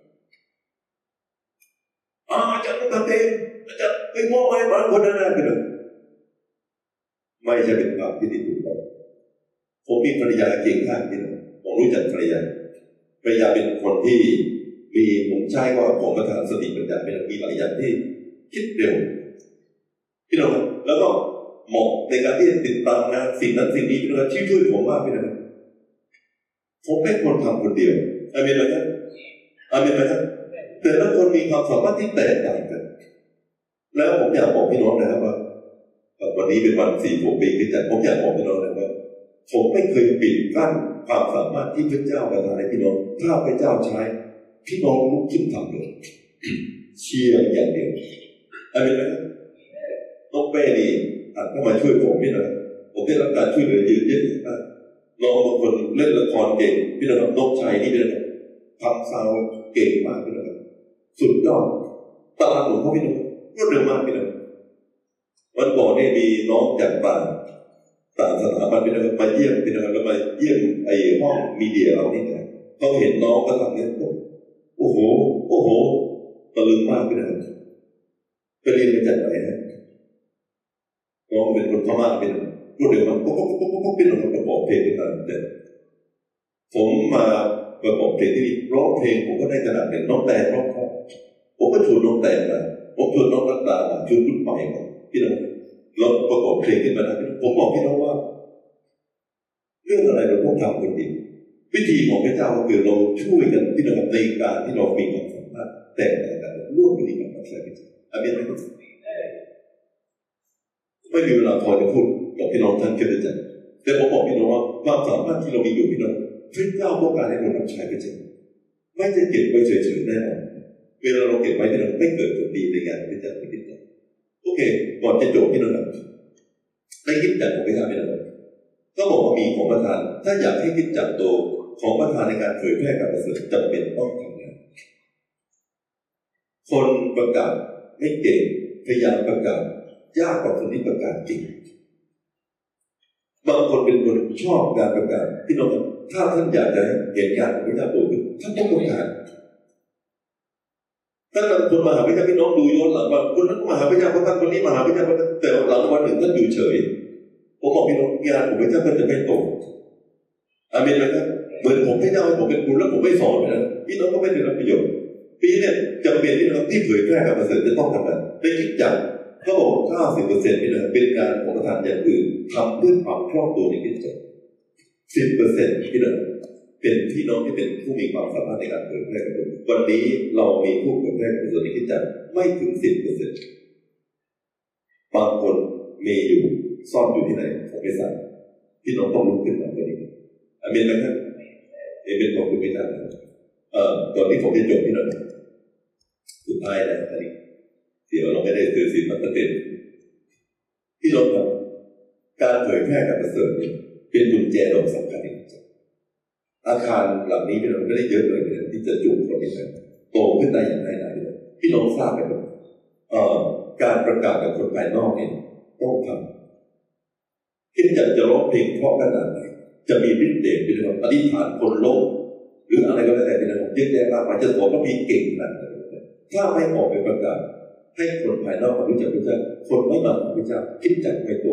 อาจารย์ทำเองอาจารย์ไปมอบให้บางคนนั้นไปเลยไม่ใช่เป็นความที่ดีถูกต้องผมมีภรรยาเก่งมากที่นั่นผมรู้จักภรรยาภรรยาเป็นคนที่มีผมใช้ว่าผมประธานสติปัญญาเป็นมีหลายอย่างที่คิดเร็วพี่น้องแล้วก็เหมาะในการที่จะติดตามงานสิ่งนั้นสิ่งนี้พี่น้องช่วยช่วยผมมากพี่น้องผมไม่ควรทำคนเดียวอาเมนไหมครับอาเมนไหมครับแต่ละคนมีความสามารถที่แตกต่างกันแล้วผมอยากบอกพี่น้องนะครับว่าวันนี้เป็นวันสี่ผมปีที่จัดผมอยากบอกพี่น้องนะว่าผมไม่เคยปิดกั้นความสามารถที่พระเจ้าประทานให้พี่น้องถ้าพระเจ้าใช้พี่น้องลุกขึ้นทำเลยเชียร์อย่างเดียวอะไรนะน้องเป้นี่อาจจะมาช่วยผมพี่น้องผมได้รับการช่วยเหลือเยอะแยะมากน้องบางคนเล่นละครเก่งพี่น้องน้องชายนี่พี่น้องทำซาวเก่งมากพี่น้องสุดยอดตลาดหลวงพ่อพี่น้องรวดเร็วมากพี่น้องวันก่อนนี่มีน้องจากต่างต่างสถาบันพี่น้องมาเยี่ยมพี่น้องแล้วมาเยี่ยมไอ้ห้องมีเดียเรานี่นะเขาเห็นน้องก็ทำเนี่ยโอ้โหโอ้โหตะลึงมากพี่น้องไปเรียนมาจากไหนนะน้องเป็นคนพม่าเป็นรวดเร็วมากปุ๊บปุ๊บปุ๊บปุ๊บเป็นคนประกอบเพลงขึ้นมาแต่ผมมาประกอบเพลงที่นี่ร้องเพลงผมก็ได้ขนาดเป็นน้องแต่ร้องเพราะผมก็ชวนน้องแต่มาผมชวนน้องรัตตามาชวนคุณไปมาพี่น้องเราประกอบเพลงขึ้นมานะผมบอกพี่น้องว่าเรื่องอะไรเราต้องทำคนเดียววิธีของพระเจ้าก็คือเราช่วยกันพี่น้องในการที่เรามีความสามารถแตกต่างกันร่วมกันในการทำใช้พระเจ้าอาเมนไหมไม่มีเวลาพอจะพูดกับพี่น้องท่านเกิดจากแต่ผมบอกพี่น้องว่าความสามารถที่เรามีอยู่พี่น้องพระเจ้าต้องการให้เราทำใช้พระเจ้าไม่จะเก็บไว้เฉยๆแน่นอนเวลาเราเก็บไว้พี่น้องไม่เกิดผลดีในงานพระเจ้าไม่คิดจักโอเคก่อนจะจบพี่น้องในคิดจักของพระเจ้าพี่น้องก็บอกว่ามีของประธานถ้าอยากให้คิดจักโตของประธานในการเผยแพร่การประเสริฐจำเป็นต้องทำงานคนประกาศไม่เก่งพยายามประกาศยากกว่าคนที่ประกาศจริงบางคนเป็นคนชอบการประกาศพี่น้องถ้าท่านอยากจะเห็นงานของพระเจ้าโตขึ้นท่านต้องประกาศถ้าคนมาหาพระเจ้าพี่น้องดูย้อนหลังว่าคนนั้นมาหาพระเจ้าคนนั้นคนนี้มาหาพระเจ้าแต่หลังวันหนึ่งท่านอยู่เฉยผมบอกพี่น้องงานของพระเจ้าก็จะไม่โตอาเมนไหมครับเหมือนผมพระเจ้าให้ผมเป็นครูแล้วผมไม่สอนนะพี่น้องก็ไม่ได้รับประโยชน์ปีนี้จำเป็นที่น้องที่เผยแพร่กับประเสริฐจะต้องทำงานได้คิดจักเขาบอกเก้าสิบเปอร์เซ็นต์นี่นะเป็นการของประธานอย่างอื่นทำด้วยความคล่องตัวในคิดจักสิบเปอร์เซ็นต์พี่น้องเป็นพี่น้องที่เป็นผู้มีความสามารถในการเผยแพร่กันวันนี้เรามีผู้เผยแพร่กับประเสริฐในคิดจักไม่ถึงสิบเปอร์เซ็นต์บางคนมีอยู่ซ่อนอยู่ที่ไหนผมไม่ทราบพี่น้องต้องลุกขึ้นมาตัวนี้อาเมนไหมครับเอเมนบอกคุณไม่ได้เอ่อตอนนี้ผมจะจบพี่น้องสุดดท้ายนะอันนี้เดี๋ยวเราไม่ได้ถือศีลมาประเด็นที่เราทำการเผยแพร่การประเสริฐเนี่ยเป็นกุญแจดอกสำคัญจริงๆอาคารหลังนี้พี่น้องไม่ได้เยอะเลยนะที่จะจูงคนที่ไหนโตขึ้นได้อย่างไรไหนเลยพี่น้องทราบไหมครับการประกาศกับคนภายนอกเนี่ยต้องทำคิดอยากจะร้องเพลงเพราะขนาดไหนจะมีฤทธิ์เดชเป็นอะไรอธิษฐานคนโลกหรืออะไรก็แล้วแต่เป็นอะไรเยอะแยะมากมายจะสอนว่ามีเก่งขนาดไหนถ้าไม่ออกไปประกาศให้คนภายนอกรู้จักพระเจ้าคนไม่มาพระเจ้าคิดจักไม่โต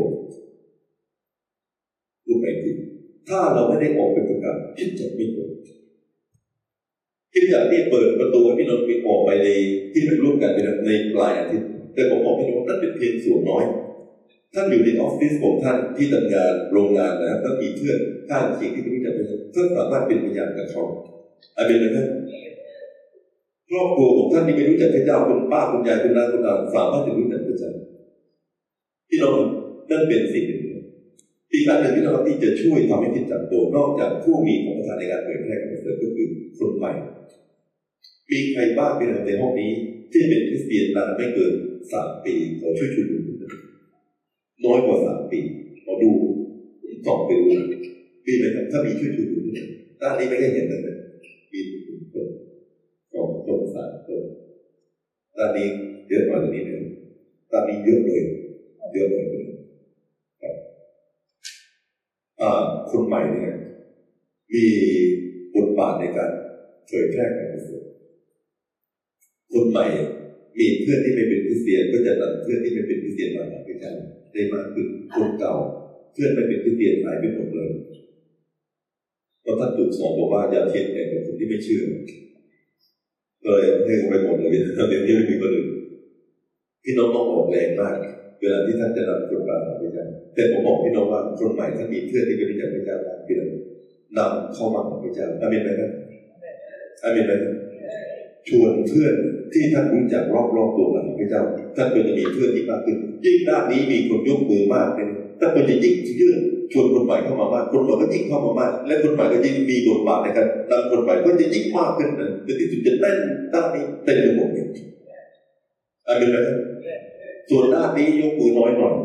รู้ไหมทีถ้าเราไม่ได้ออกไปประกาศคิดจักไม่โตคิดจักนี่เปิดประตูให้พี่น้องมีออกไปในที่เป็นร่วมกันในปลายอาทิตย์แต่ผมบอกพี่น้องนั่นเป็นเพียงส่วนน้อยท่านอยู่ในออฟฟิศของท่านที่ทำงานโรงงานนะครับก็มีเพื่อนข้างเคียงที่รู้จักพระเจ้าท่านสามารถเป็นพยานกับเขาอาเมนไหมครับครอบครัวของท่านที่ไม่รู้จักพระเจ้าคุณป้าคุณยายคุณน้าคุณอาสามารถจะรู้จักพระเจ้าพี่น้องนั่นเป็นสิ่งหนึ่งอีกอันหนึ่งที่เราที่จะช่วยทำให้คิดจักโตนอกจากผู้มีของประทานในการเผยแพร่การเสริฐก็คือคนใหม่มีใครบ้างเป็นในห้องนี้ที่เป็นคริสเตียนนานไม่เกินสามปีขอช่วยช่วยดูน้อยกว่าสามปีขอดูสองปีมีไหมครับถ้ามีช่วยช่วยดูด้านนี้ไม่ได้เห็นเลยนะมีคนสองคนสามคนด้านนี้เยอะกว่านี้เลยด้านนี้เยอะเลยเยอะเลยครับอ่าคนใหม่เนี่ยมีบทบาทในการเผยแพร่การประเสริฐคนใหม่มีเพื่อนที่ไม่เป็นคริสเตียนก็จะนำเพื่อนที่ไม่เป็นคริสเตียนมาหาพระเจ้าได้มากขึ้นคนเก่าเพื่อนไม่เป็นคริสเตียนหายไปหมดเลยเพราะท่านถูกสอนบอกว่าอย่าเทียบกันกับคนที่ไม่เชื่อเลยให้เขาไปหมดเลยเดี๋ยวนี้ไม่มีคนอื่นพี่น้องต้องออกแรงมากเวลาที่ท่านจะนำคนมาหาพระเจ้าแต่ผมบอกพี่น้องว่าคนใหม่ท่านมีเพื่อนที่ไม่รู้จักพระเจ้าพี่น้องนำเข้ามาหาพระเจ้าอาเมนไหมครับอาเมนไหมครับชวนเพื่อนที่ท่านรู้จักรอบๆตัวมาหาพระเจ้าท่านควรจะมีเพื่อนที่มากขึ้นยิ่งด้านนี้มีคนยกมือมากเป็นท่านควรจะยิ่งยื่นชวนคนใหม่เข้ามามากคนใหม่ก็ยิ่งเข้ามามากและคนใหม่ก็ยิ่งมีบทบาทในการนำคนใหม่ก็จะยิ่งมากขึ้นนะจนที่สุดจะแน่นด้านนี้เต็มไปหมดเลยอาเมนไหมครับส่วนด้านนี้ยกมือน้อยหน่อย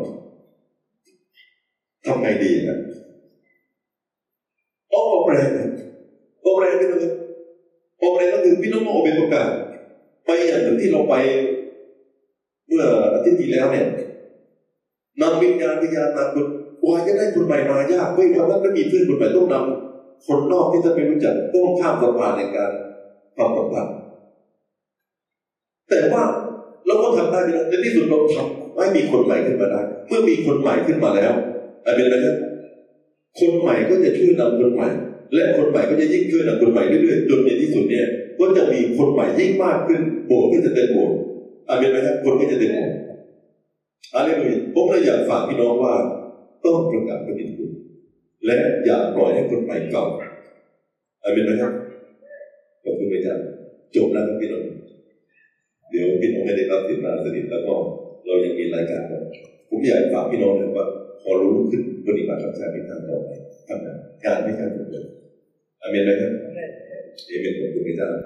ทำไงดีครับออกแรงออกแรงไปเลยออกแรงก็คือพี่น้องออกเป็นประกาศไปอย่างหนึ่งที่เราไปเมื่ออาทิตย์ที่แล้วเนี่ยนำวิญญาณวิญญาณนำคนกว่าจะได้คนใหม่มายากเว้ยเพราะว่าไม่มีเพื่อนคนใหม่ต้องนำคนนอกที่จะไม่รู้จักต้องข้ามสะพานในการความสัมพันธ์แต่ว่าเราก็ทำได้ในที่สุดเราทำให้มีคนใหม่ขึ้นมาได้เมื่อมีคนใหม่ขึ้นมาแล้วอะไรเป็นอะไรครับคนใหม่ก็จะช่วยนำคนใหม่และคนใหม่ก็จะยิ่งช่วยนำคนใหม่เรื่อยๆจนในที่สุดเนี่ยก็จะมีคนใหม่ยิ่งมากขึ้นโบสถ์ก็จะเต็มโบสถ์อาเมนไหมครับคนก็จะเต็มโบสถ์อะไรเลยผมเลยอยากฝากพี่น้องว่าต้องประกาศประเด็นคุณและอย่าปล่อยให้คนใหม่เก่าอาเมนไหมครับขอบคุณพระเจ้าจบแล้วครับพี่น้องเดี๋ยวพี่น้องไม่ได้รับสิทธิ์มาสนิทแล้วก็เรายังมีรายการผมอยากฝากพี่น้องเลยว่าพอรู้ขึ้นปฏิบัติรับใช้เป็นทางต่อไปทำงานการไม่ใช่ผลเลยอาเมนไหมครับเอเมนขอบคุณพระเจ้า